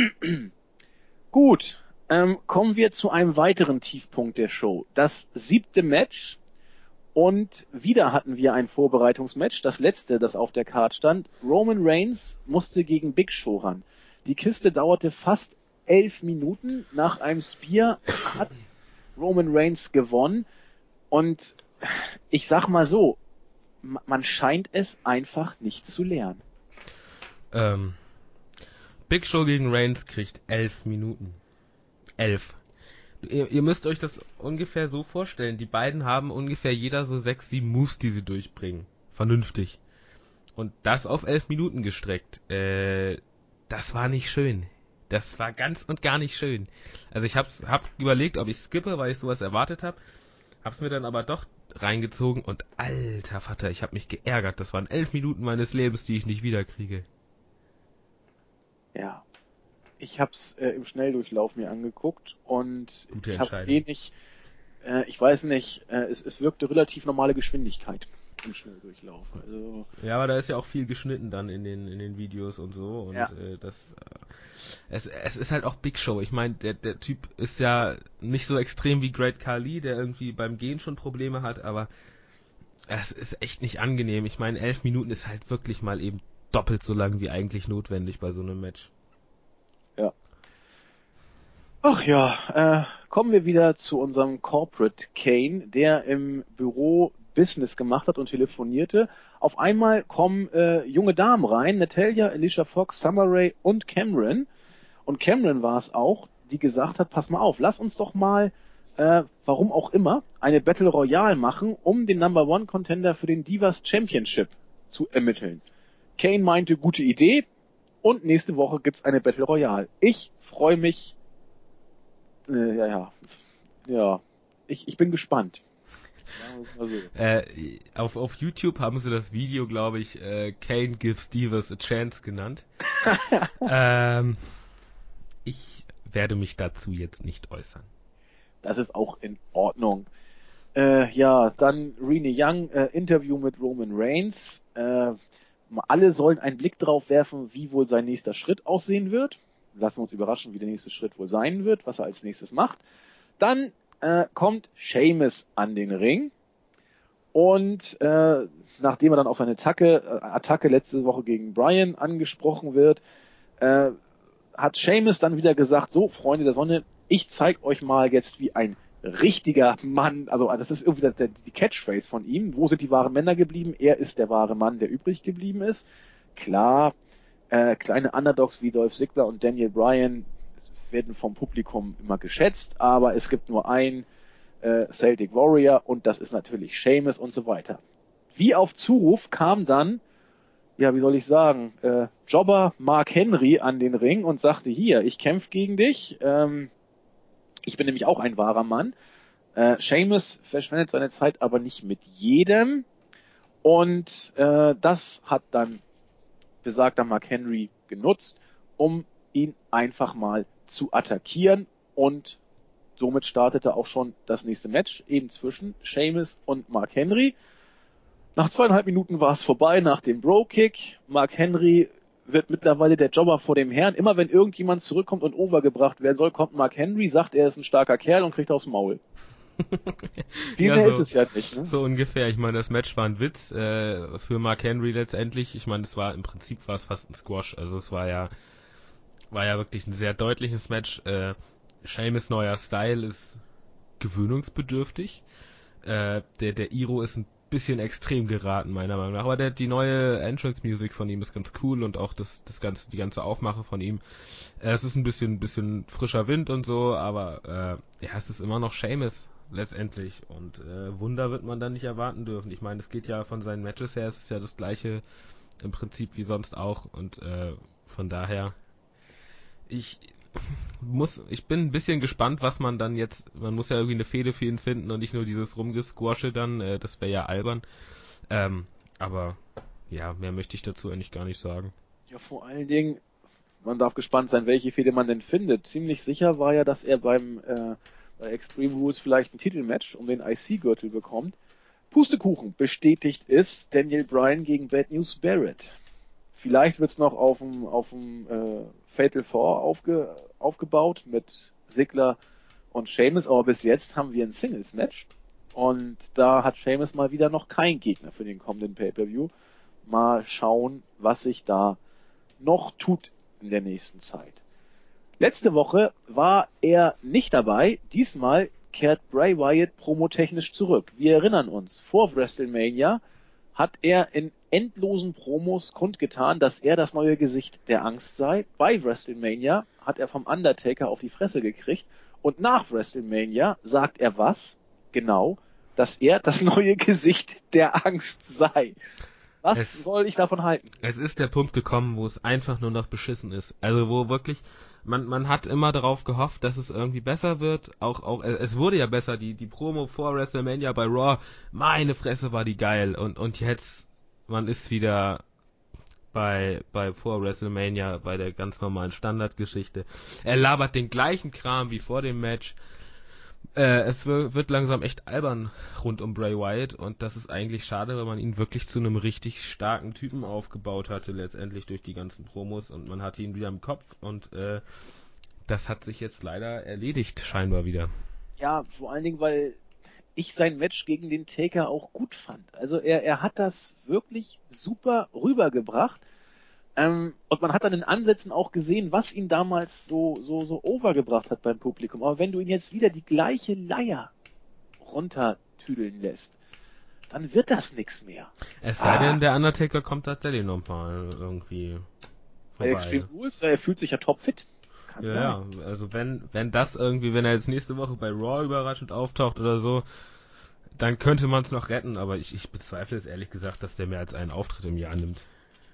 Gut, ähm, kommen wir zu einem weiteren Tiefpunkt der Show. Das siebte Match. Und wieder hatten wir ein Vorbereitungsmatch, das letzte, das auf der Card stand. Roman Reigns musste gegen Big Show ran. Die Kiste dauerte fast elf Minuten. Nach einem Spear hat Roman Reigns gewonnen. Und ich sag mal so, man scheint es einfach nicht zu lernen. Ähm, Big Show gegen Reigns kriegt elf Minuten. Elf. Ihr, ihr müsst euch das ungefähr so vorstellen. Die beiden haben ungefähr jeder so sechs, sieben Moves, die sie durchbringen. Vernünftig. Und das auf elf Minuten gestreckt. Äh, das war nicht schön. Das war ganz und gar nicht schön. Also ich hab's, hab überlegt, ob ich skippe, weil ich sowas erwartet habe. Hab's mir dann aber doch reingezogen und alter Vater, ich hab mich geärgert. Das waren elf Minuten meines Lebens, die ich nicht wiederkriege. Ja. Ich habe es äh, im Schnelldurchlauf mir angeguckt und Gute ich habe wenig, äh, ich weiß nicht, äh, es, es wirkte relativ normale Geschwindigkeit im Schnelldurchlauf. Also, ja, aber da ist ja auch viel geschnitten dann in den in den Videos und so und ja. äh, das äh, es, es ist halt auch Big Show. Ich meine, der der Typ ist ja nicht so extrem wie Great Khali, der irgendwie beim Gehen schon Probleme hat, aber es ist echt nicht angenehm. Ich meine, elf Minuten ist halt wirklich mal eben doppelt so lang wie eigentlich notwendig bei so einem Match. Ja. Ach ja, äh, kommen wir wieder zu unserem Corporate Kane, der im Büro Business gemacht hat und telefonierte. Auf einmal kommen äh, junge Damen rein, Natalya, Alicia Fox, Summer Rae und Cameron. Und Cameron war es auch, die gesagt hat, pass mal auf, lass uns doch mal, äh, warum auch immer, eine Battle Royale machen, um den Number One Contender für den Divas Championship zu ermitteln. Kane meinte, gute Idee. Und nächste Woche gibt's eine Battle Royale. Ich freue mich. Äh, ja, ja. Ja. Ich, ich bin gespannt. Also. Äh, auf, auf YouTube haben sie das Video, glaube ich, äh, Kane gives Divas a chance genannt. ähm, ich werde mich dazu jetzt nicht äußern. Das ist auch in Ordnung. Äh, ja, dann Renee Young, äh, Interview mit Roman Reigns. Äh, alle sollen einen Blick drauf werfen, wie wohl sein nächster Schritt aussehen wird. Lassen wir uns überraschen, wie der nächste Schritt wohl sein wird, was er als nächstes macht. Dann äh, kommt Sheamus an den Ring und äh, nachdem er dann auf seine Attacke, äh, Attacke letzte Woche gegen Bryan angesprochen wird, äh, hat Sheamus dann wieder gesagt, so, Freunde der Sonne, ich zeig euch mal jetzt, wie ein richtiger Mann, also das ist irgendwie der, die Catchphrase von ihm, wo sind die wahren Männer geblieben? Er ist der wahre Mann, der übrig geblieben ist. Klar, äh, kleine Underdogs wie Dolph Ziggler und Daniel Bryan werden vom Publikum immer geschätzt, aber es gibt nur einen äh, Celtic Warrior und das ist natürlich Sheamus und so weiter. Wie auf Zuruf kam dann, ja, wie soll ich sagen, äh, Jobber Mark Henry an den Ring und sagte, hier, ich kämpfe gegen dich, ähm, ich bin nämlich auch ein wahrer Mann. Äh, Sheamus verschwendet seine Zeit aber nicht mit jedem. Und äh, das hat dann besagter Mark Henry genutzt, um ihn einfach mal zu attackieren. Und somit startete auch schon das nächste Match, eben zwischen Sheamus und Mark Henry. Nach zweieinhalb Minuten war es vorbei, nach dem Bro-Kick. Mark Henry wird mittlerweile der Jobber vor dem Herrn. Immer wenn irgendjemand zurückkommt und overgebracht werden soll, kommt Mark Henry, sagt, er ist ein starker Kerl und kriegt aufs Maul. Viel ja, mehr so, ist es ja nicht, ne? So ungefähr. Ich meine, das Match war ein Witz äh, für Mark Henry letztendlich. Ich meine, es war im Prinzip war es fast ein Squash. Also es war ja war ja wirklich ein sehr deutliches Match. Äh, Sheamus neuer Style ist gewöhnungsbedürftig. Äh, der der Iro ist ein bisschen extrem geraten, meiner Meinung nach. Aber der, die neue Entrance-Music von ihm ist ganz cool und auch das, das ganze, die ganze Aufmache von ihm. Äh, es ist ein bisschen, bisschen frischer Wind und so, aber äh, ja, es ist immer noch Sheamus letztendlich und äh, Wunder wird man dann nicht erwarten dürfen. Ich meine, es geht ja von seinen Matches her, es ist ja das gleiche im Prinzip wie sonst auch und äh, von daher ich muss, ich bin ein bisschen gespannt, was man dann jetzt, man muss ja irgendwie eine Fehde für ihn finden und nicht nur dieses Rumgesquasche dann, äh, das wäre ja albern. Ähm, aber ja, mehr möchte ich dazu eigentlich gar nicht sagen. Ja, vor allen Dingen, man darf gespannt sein, welche Fehde man denn findet. Ziemlich sicher war ja, dass er beim äh, bei Extreme Rules vielleicht ein Titelmatch um den I C-Gürtel bekommt. Pustekuchen, bestätigt ist Daniel Bryan gegen Bad News Barrett. Vielleicht wird's noch auf dem auf dem äh, Fatal Four aufge, aufgebaut mit Ziggler und Sheamus, aber bis jetzt haben wir ein Singles-Match und da hat Sheamus mal wieder noch kein Gegner für den kommenden Pay-Per-View. Mal schauen, was sich da noch tut in der nächsten Zeit. Letzte Woche war er nicht dabei, diesmal kehrt Bray Wyatt promotechnisch zurück. Wir erinnern uns, vor WrestleMania hat er in endlosen Promos kundgetan, dass er das neue Gesicht der Angst sei. Bei WrestleMania hat er vom Undertaker auf die Fresse gekriegt und nach WrestleMania sagt er was? Genau, dass er das neue Gesicht der Angst sei. Was es, soll ich davon halten? Es ist der Punkt gekommen, wo es einfach nur noch beschissen ist. Also wo wirklich, man man hat immer darauf gehofft, dass es irgendwie besser wird. Auch auch es wurde ja besser. Die die Promo vor WrestleMania bei Raw, meine Fresse war die geil. Und und jetzt, man ist wieder bei bei vor WrestleMania bei der ganz normalen Standardgeschichte. Er labert den gleichen Kram wie vor dem Match. Äh, es wird langsam echt albern rund um Bray Wyatt und das ist eigentlich schade, weil man ihn wirklich zu einem richtig starken Typen aufgebaut hatte, letztendlich durch die ganzen Promos und man hatte ihn wieder im Kopf und äh, das hat sich jetzt leider erledigt, scheinbar wieder. Ja, vor allen Dingen, weil ich sein Match gegen den Taker auch gut fand. Also er, er hat das wirklich super rübergebracht. Ähm, und man hat dann in Ansätzen auch gesehen, was ihn damals so, so, so overgebracht hat beim Publikum. Aber wenn du ihn jetzt wieder die gleiche Leier runtertüdeln lässt, dann wird das nix mehr. Es sei ah. denn, der Undertaker kommt tatsächlich nochmal irgendwie vorbei. Bei Extreme Rules, er fühlt sich ja topfit. Kann ja, sein. Also wenn, wenn das irgendwie, wenn er jetzt nächste Woche bei Raw überraschend auftaucht oder so, dann könnte man es noch retten, aber ich, ich bezweifle es ehrlich gesagt, dass der mehr als einen Auftritt im Jahr nimmt.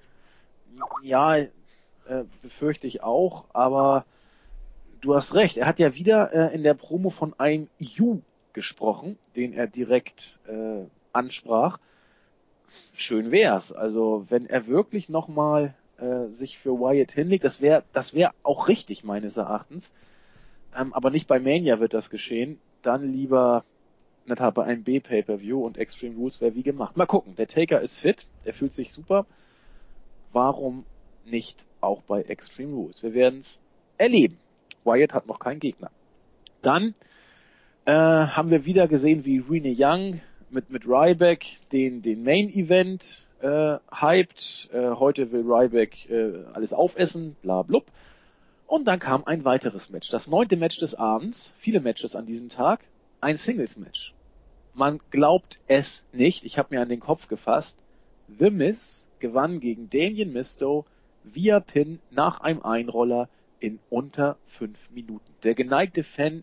Ja, äh, befürchte ich auch, aber du hast recht. Er hat ja wieder äh, in der Promo von einem You gesprochen, den er direkt äh, ansprach. Schön wär's. Also wenn er wirklich nochmal äh, sich für Wyatt hinlegt, das wäre das wäre auch richtig meines Erachtens. Ähm, aber nicht bei Mania wird das geschehen. Dann lieber nicht bei einem B-Pay-Per-View und Extreme Rules wäre wie gemacht. Mal gucken. Der Taker ist fit, der fühlt sich super. warum nicht auch bei Extreme Rules? Wir werden es erleben. Wyatt hat noch keinen Gegner. Dann äh, haben wir wieder gesehen, wie Renee Young mit mit Ryback den den Main Event äh, hyped. Äh, heute will Ryback äh, alles aufessen, bla blub. Und dann kam ein weiteres Match. Das neunte Match des Abends. Viele Matches an diesem Tag. Ein Singles-Match. Man glaubt es nicht. Ich habe mir an den Kopf gefasst. The Miz gewann gegen Damien Mysterio via Pin nach einem Einroller in unter fünf Minuten. Der geneigte Fan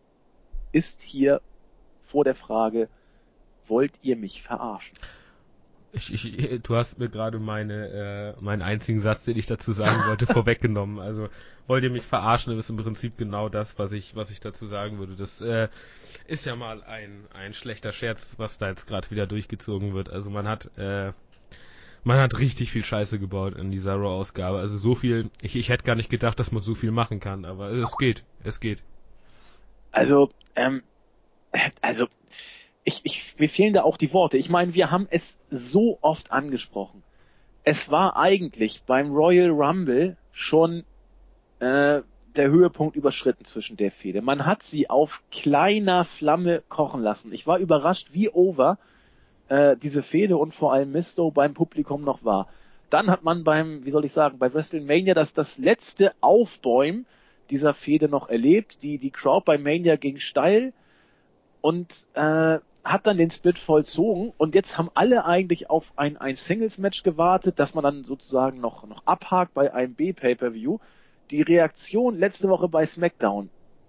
ist hier vor der Frage, wollt ihr mich verarschen? Ich, ich, du hast mir gerade meine, äh, meinen einzigen Satz, den ich dazu sagen wollte, vorweggenommen. Also, wollt ihr mich verarschen, das ist im Prinzip genau das, was ich, was ich dazu sagen würde. Das äh, ist ja mal ein, ein schlechter Scherz, was da jetzt gerade wieder durchgezogen wird. Also man hat, äh, man hat richtig viel Scheiße gebaut in dieser Raw-Ausgabe. Also so viel, ich, ich hätte gar nicht gedacht, dass man so viel machen kann, aber es geht, es geht. Also, ähm, also, ich, ich, mir fehlen da auch die Worte. Ich meine, wir haben es so oft angesprochen. Es war eigentlich beim Royal Rumble schon äh, der Höhepunkt überschritten zwischen der Fehde. Man hat sie auf kleiner Flamme kochen lassen. Ich war überrascht, wie over äh, diese Fehde und vor allem Mysterio beim Publikum noch war. Dann hat man beim, wie soll ich sagen, bei WrestleMania das, das letzte Aufbäumen dieser Fehde noch erlebt. Die, die Crowd bei Mania ging steil und äh, hat dann den Split vollzogen und jetzt haben alle eigentlich auf ein, ein Singles-Match gewartet, dass man dann sozusagen noch, noch abhakt bei einem B-Pay-Per-View. Die Reaktion letzte Woche bei SmackDown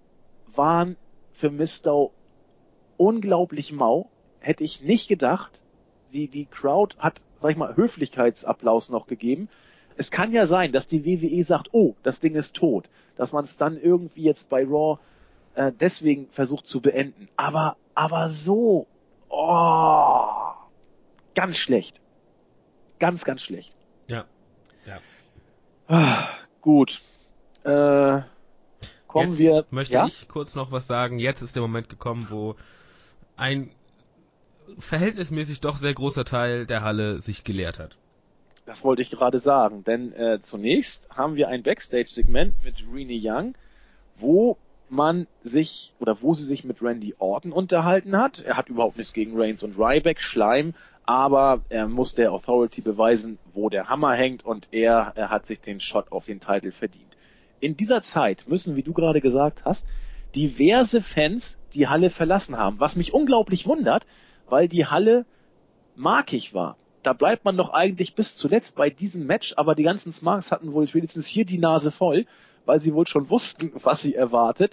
waren für Mysterio unglaublich mau. Hätte ich nicht gedacht. Die, die Crowd hat, sag ich mal, Höflichkeitsapplaus noch gegeben. Es kann ja sein, dass die W W E sagt, oh, das Ding ist tot. Dass man es dann irgendwie jetzt bei Raw äh, deswegen versucht zu beenden. Aber, aber so, oh, ganz schlecht. Ganz, ganz schlecht. Ja, ja. Ah, gut. Äh, kommen jetzt wir. Möchte ja? ich kurz noch was sagen. Jetzt ist der Moment gekommen, wo ein verhältnismäßig doch sehr großer Teil der Halle sich geleert hat. Das wollte ich gerade sagen, denn äh, zunächst haben wir ein Backstage-Segment mit Renee Young, wo man sich, oder wo sie sich mit Randy Orton unterhalten hat. Er hat überhaupt nichts gegen Reigns und Ryback, Schleim, aber er muss der Authority beweisen, wo der Hammer hängt und er, er hat sich den Shot auf den Titel verdient. In dieser Zeit müssen, wie du gerade gesagt hast, diverse Fans die Halle verlassen haben, was mich unglaublich wundert, weil die Halle markig war. Da bleibt man doch eigentlich bis zuletzt bei diesem Match, aber die ganzen Smarks hatten wohl wenigstens hier die Nase voll, weil sie wohl schon wussten, was sie erwartet.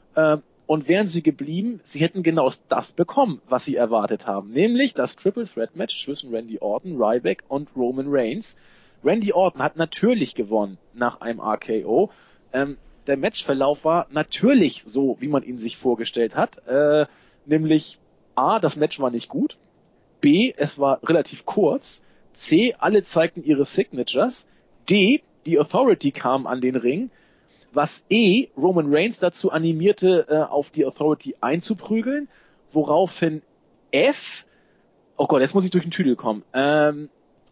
Und wären sie geblieben, sie hätten genau das bekommen, was sie erwartet haben. Nämlich das Triple Threat Match zwischen Randy Orton, Ryback und Roman Reigns. Randy Orton hat natürlich gewonnen nach einem R K O. Der Matchverlauf war natürlich so, wie man ihn sich vorgestellt hat. Nämlich A, das Match war nicht gut. B, es war relativ kurz. C, alle zeigten ihre Signatures. D, die Authority kam an den Ring. Was E, Roman Reigns dazu animierte, äh, auf die Authority einzuprügeln. Woraufhin F, oh Gott, jetzt muss ich durch den Tüdel kommen. Ähm,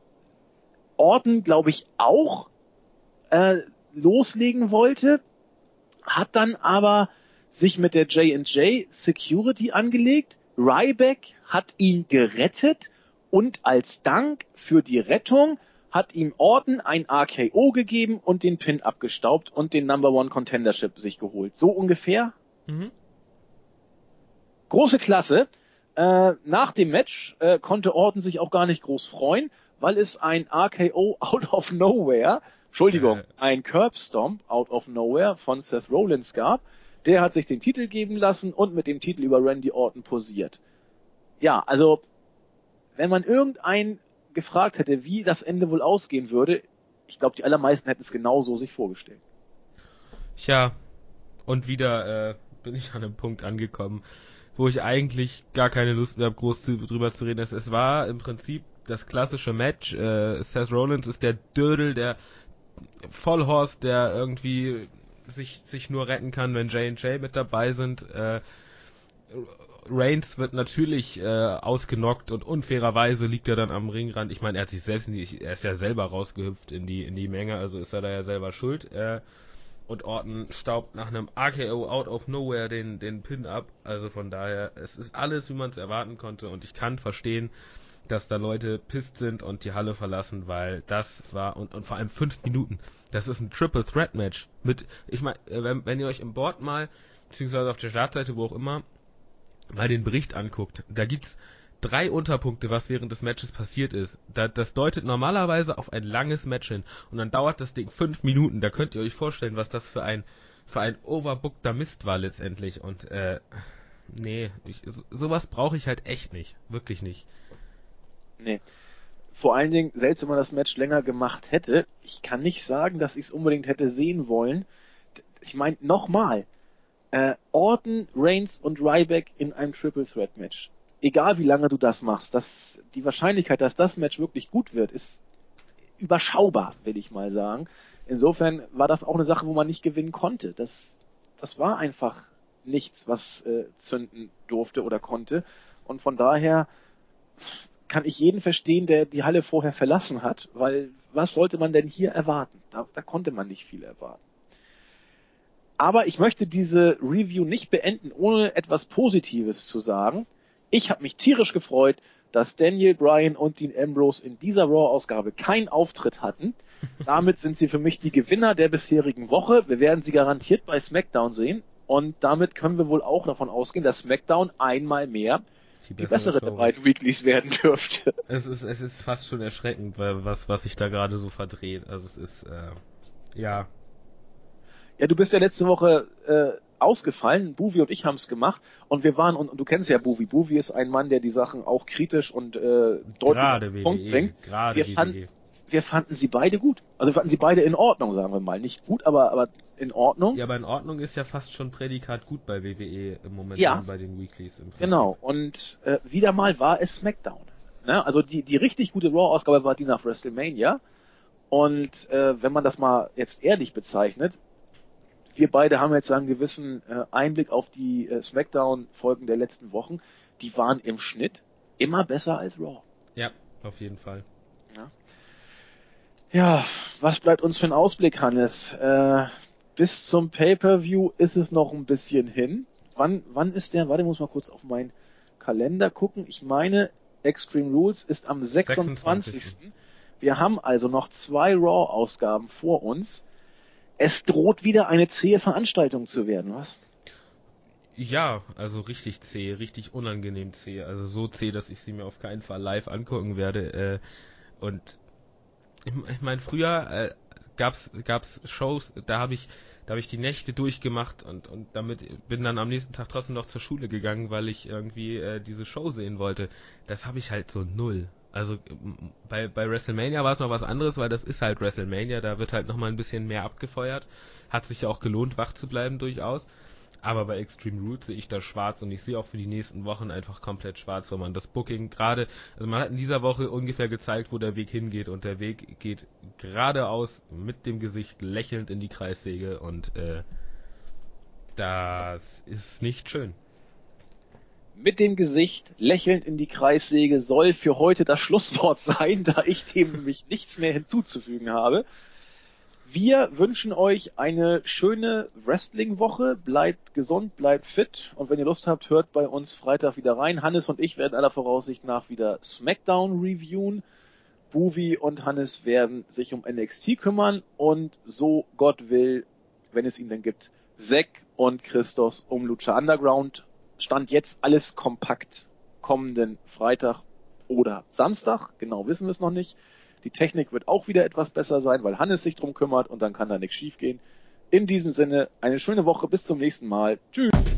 Orton, glaube ich, auch äh, loslegen wollte. Hat dann aber sich mit der J and J Security angelegt. Ryback hat ihn gerettet und als Dank für die Rettung hat ihm Orton ein R K O gegeben und den Pin abgestaubt und den Number One Contendership sich geholt. So ungefähr. Mhm. Große Klasse. Äh, nach dem Match äh, konnte Orton sich auch gar nicht groß freuen, weil es ein R K O out of nowhere, Entschuldigung, äh. ein Curb Stomp out of nowhere von Seth Rollins gab. Der hat sich den Titel geben lassen und mit dem Titel über Randy Orton posiert. Ja, also, wenn man irgendeinen gefragt hätte, wie das Ende wohl ausgehen würde, ich glaube, die allermeisten hätten es genauso sich vorgestellt. Tja, und wieder äh, bin ich an einem Punkt angekommen, wo ich eigentlich gar keine Lust mehr habe, groß zu, drüber zu reden. Es, es war im Prinzip das klassische Match. Äh, Seth Rollins ist der Dödel, der Vollhorst, der irgendwie sich sich nur retten kann, wenn J and J mit dabei sind. Äh, Reigns wird natürlich äh, ausgenockt und unfairerweise liegt er dann am Ringrand. Ich meine, er hat sich selbst in die, er ist ja selber rausgehüpft in die in die Menge, also ist er da ja selber schuld. Äh, und Orton staubt nach einem R K O out of nowhere den den Pin ab. Also von daher, es ist alles, wie man es erwarten konnte, und ich kann verstehen, dass da Leute pisst sind und die Halle verlassen, weil das war, und, und vor allem fünf Minuten, das ist ein Triple Threat Match mit, ich meine, wenn, wenn ihr euch im Board mal, beziehungsweise auf der Startseite, wo auch immer, mal den Bericht anguckt, da gibt's drei Unterpunkte, was während des Matches passiert ist. Da, das deutet normalerweise auf ein langes Match hin, und dann dauert das Ding fünf Minuten. Da könnt ihr euch vorstellen, was das für ein für ein overbookter Mist war letztendlich. Und äh, nee, ich, so, sowas brauche ich halt echt nicht, wirklich nicht. Nee. Vor allen Dingen, selbst wenn man das Match länger gemacht hätte, ich kann nicht sagen, dass ich es unbedingt hätte sehen wollen. Ich meine, nochmal, äh, Orton, Reigns und Ryback in einem Triple Threat Match. Egal wie lange du das machst, das, die Wahrscheinlichkeit, dass das Match wirklich gut wird, ist überschaubar, will ich mal sagen. Insofern war das auch eine Sache, wo man nicht gewinnen konnte. Das, das war einfach nichts, was äh, zünden durfte oder konnte. Und von daher kann ich jeden verstehen, der die Halle vorher verlassen hat, weil was sollte man denn hier erwarten? Da, da konnte man nicht viel erwarten. Aber ich möchte diese Review nicht beenden, ohne etwas Positives zu sagen. Ich habe mich tierisch gefreut, dass Daniel Bryan und Dean Ambrose in dieser Raw-Ausgabe keinen Auftritt hatten. Damit sind sie für mich die Gewinner der bisherigen Woche. Wir werden sie garantiert bei SmackDown sehen. Und damit können wir wohl auch davon ausgehen, dass SmackDown einmal mehr die, die bessere der beiden Weeklies werden dürfte. Es ist, es ist fast schon erschreckend, weil was, was sich da gerade so verdreht. Also es ist, äh, ja. Ja, du bist ja letzte Woche äh, ausgefallen. Buvi und ich haben es gemacht. Und wir waren, und, und du kennst ja Buvi. Buvi ist ein Mann, der die Sachen auch kritisch und äh, deutlich auf den Punkt bringt. Gerade wir, fand, wir fanden sie beide gut. Also wir fanden sie beide in Ordnung, sagen wir mal. Nicht gut, aber, aber in Ordnung. Ja, aber in Ordnung ist ja fast schon Prädikat gut bei W W E im Moment, ja, bei den Weeklies. Im Prinzip. Genau, und äh, wieder mal war es SmackDown. Ne? Also die, die richtig gute Raw-Ausgabe war die nach WrestleMania. Und äh, wenn man das mal jetzt ehrlich bezeichnet, wir beide haben jetzt einen gewissen äh, Einblick auf die äh, SmackDown-Folgen der letzten Wochen. Die waren im Schnitt immer besser als Raw. Ja, auf jeden Fall. Ja, ja, was bleibt uns für ein Ausblick, Hannes? Äh, bis zum Pay-Per-View ist es noch ein bisschen hin. Wann, wann ist der? Warte, ich muss mal kurz auf meinen Kalender gucken. Ich meine, Extreme Rules ist am sechsundzwanzigsten Wir haben also noch zwei Raw-Ausgaben vor uns. Es droht wieder eine zähe Veranstaltung zu werden, was? Ja, also richtig zäh, richtig unangenehm zäh. Also so zäh, dass ich sie mir auf keinen Fall live angucken werde. Äh, und ich, ich meine, früher äh, gab's gab's Shows, da habe ich da habe ich die Nächte durchgemacht und und damit bin dann am nächsten Tag trotzdem noch zur Schule gegangen, weil ich irgendwie äh, diese Show sehen wollte. Das habe ich halt so null. Also bei, bei WrestleMania war es noch was anderes, weil das ist halt WrestleMania, da wird halt nochmal ein bisschen mehr abgefeuert. Hat sich ja auch gelohnt, wach zu bleiben durchaus. Aber bei Extreme Rules sehe ich da schwarz, und ich sehe auch für die nächsten Wochen einfach komplett schwarz, weil man das Booking gerade, also man hat in dieser Woche ungefähr gezeigt, wo der Weg hingeht, und der Weg geht geradeaus mit dem Gesicht lächelnd in die Kreissäge, und äh, das ist nicht schön. Mit dem Gesicht lächelnd in die Kreissäge soll für heute das Schlusswort sein, da ich dem nämlich nichts mehr hinzuzufügen habe. Wir wünschen euch eine schöne Wrestling-Woche. Bleibt gesund, bleibt fit. Und wenn ihr Lust habt, hört bei uns Freitag wieder rein. Hannes und ich werden aller Voraussicht nach wieder SmackDown reviewen. Buvi und Hannes werden sich um N X T kümmern. Und so Gott will, wenn es ihn denn gibt, Zack und Christos um Lucha Underground. Stand jetzt alles kompakt kommenden Freitag oder Samstag. Genau wissen wir es noch nicht. Die Technik wird auch wieder etwas besser sein, weil Hannes sich drum kümmert, und dann kann da nichts schief gehen. In diesem Sinne, eine schöne Woche. Bis zum nächsten Mal. Tschüss.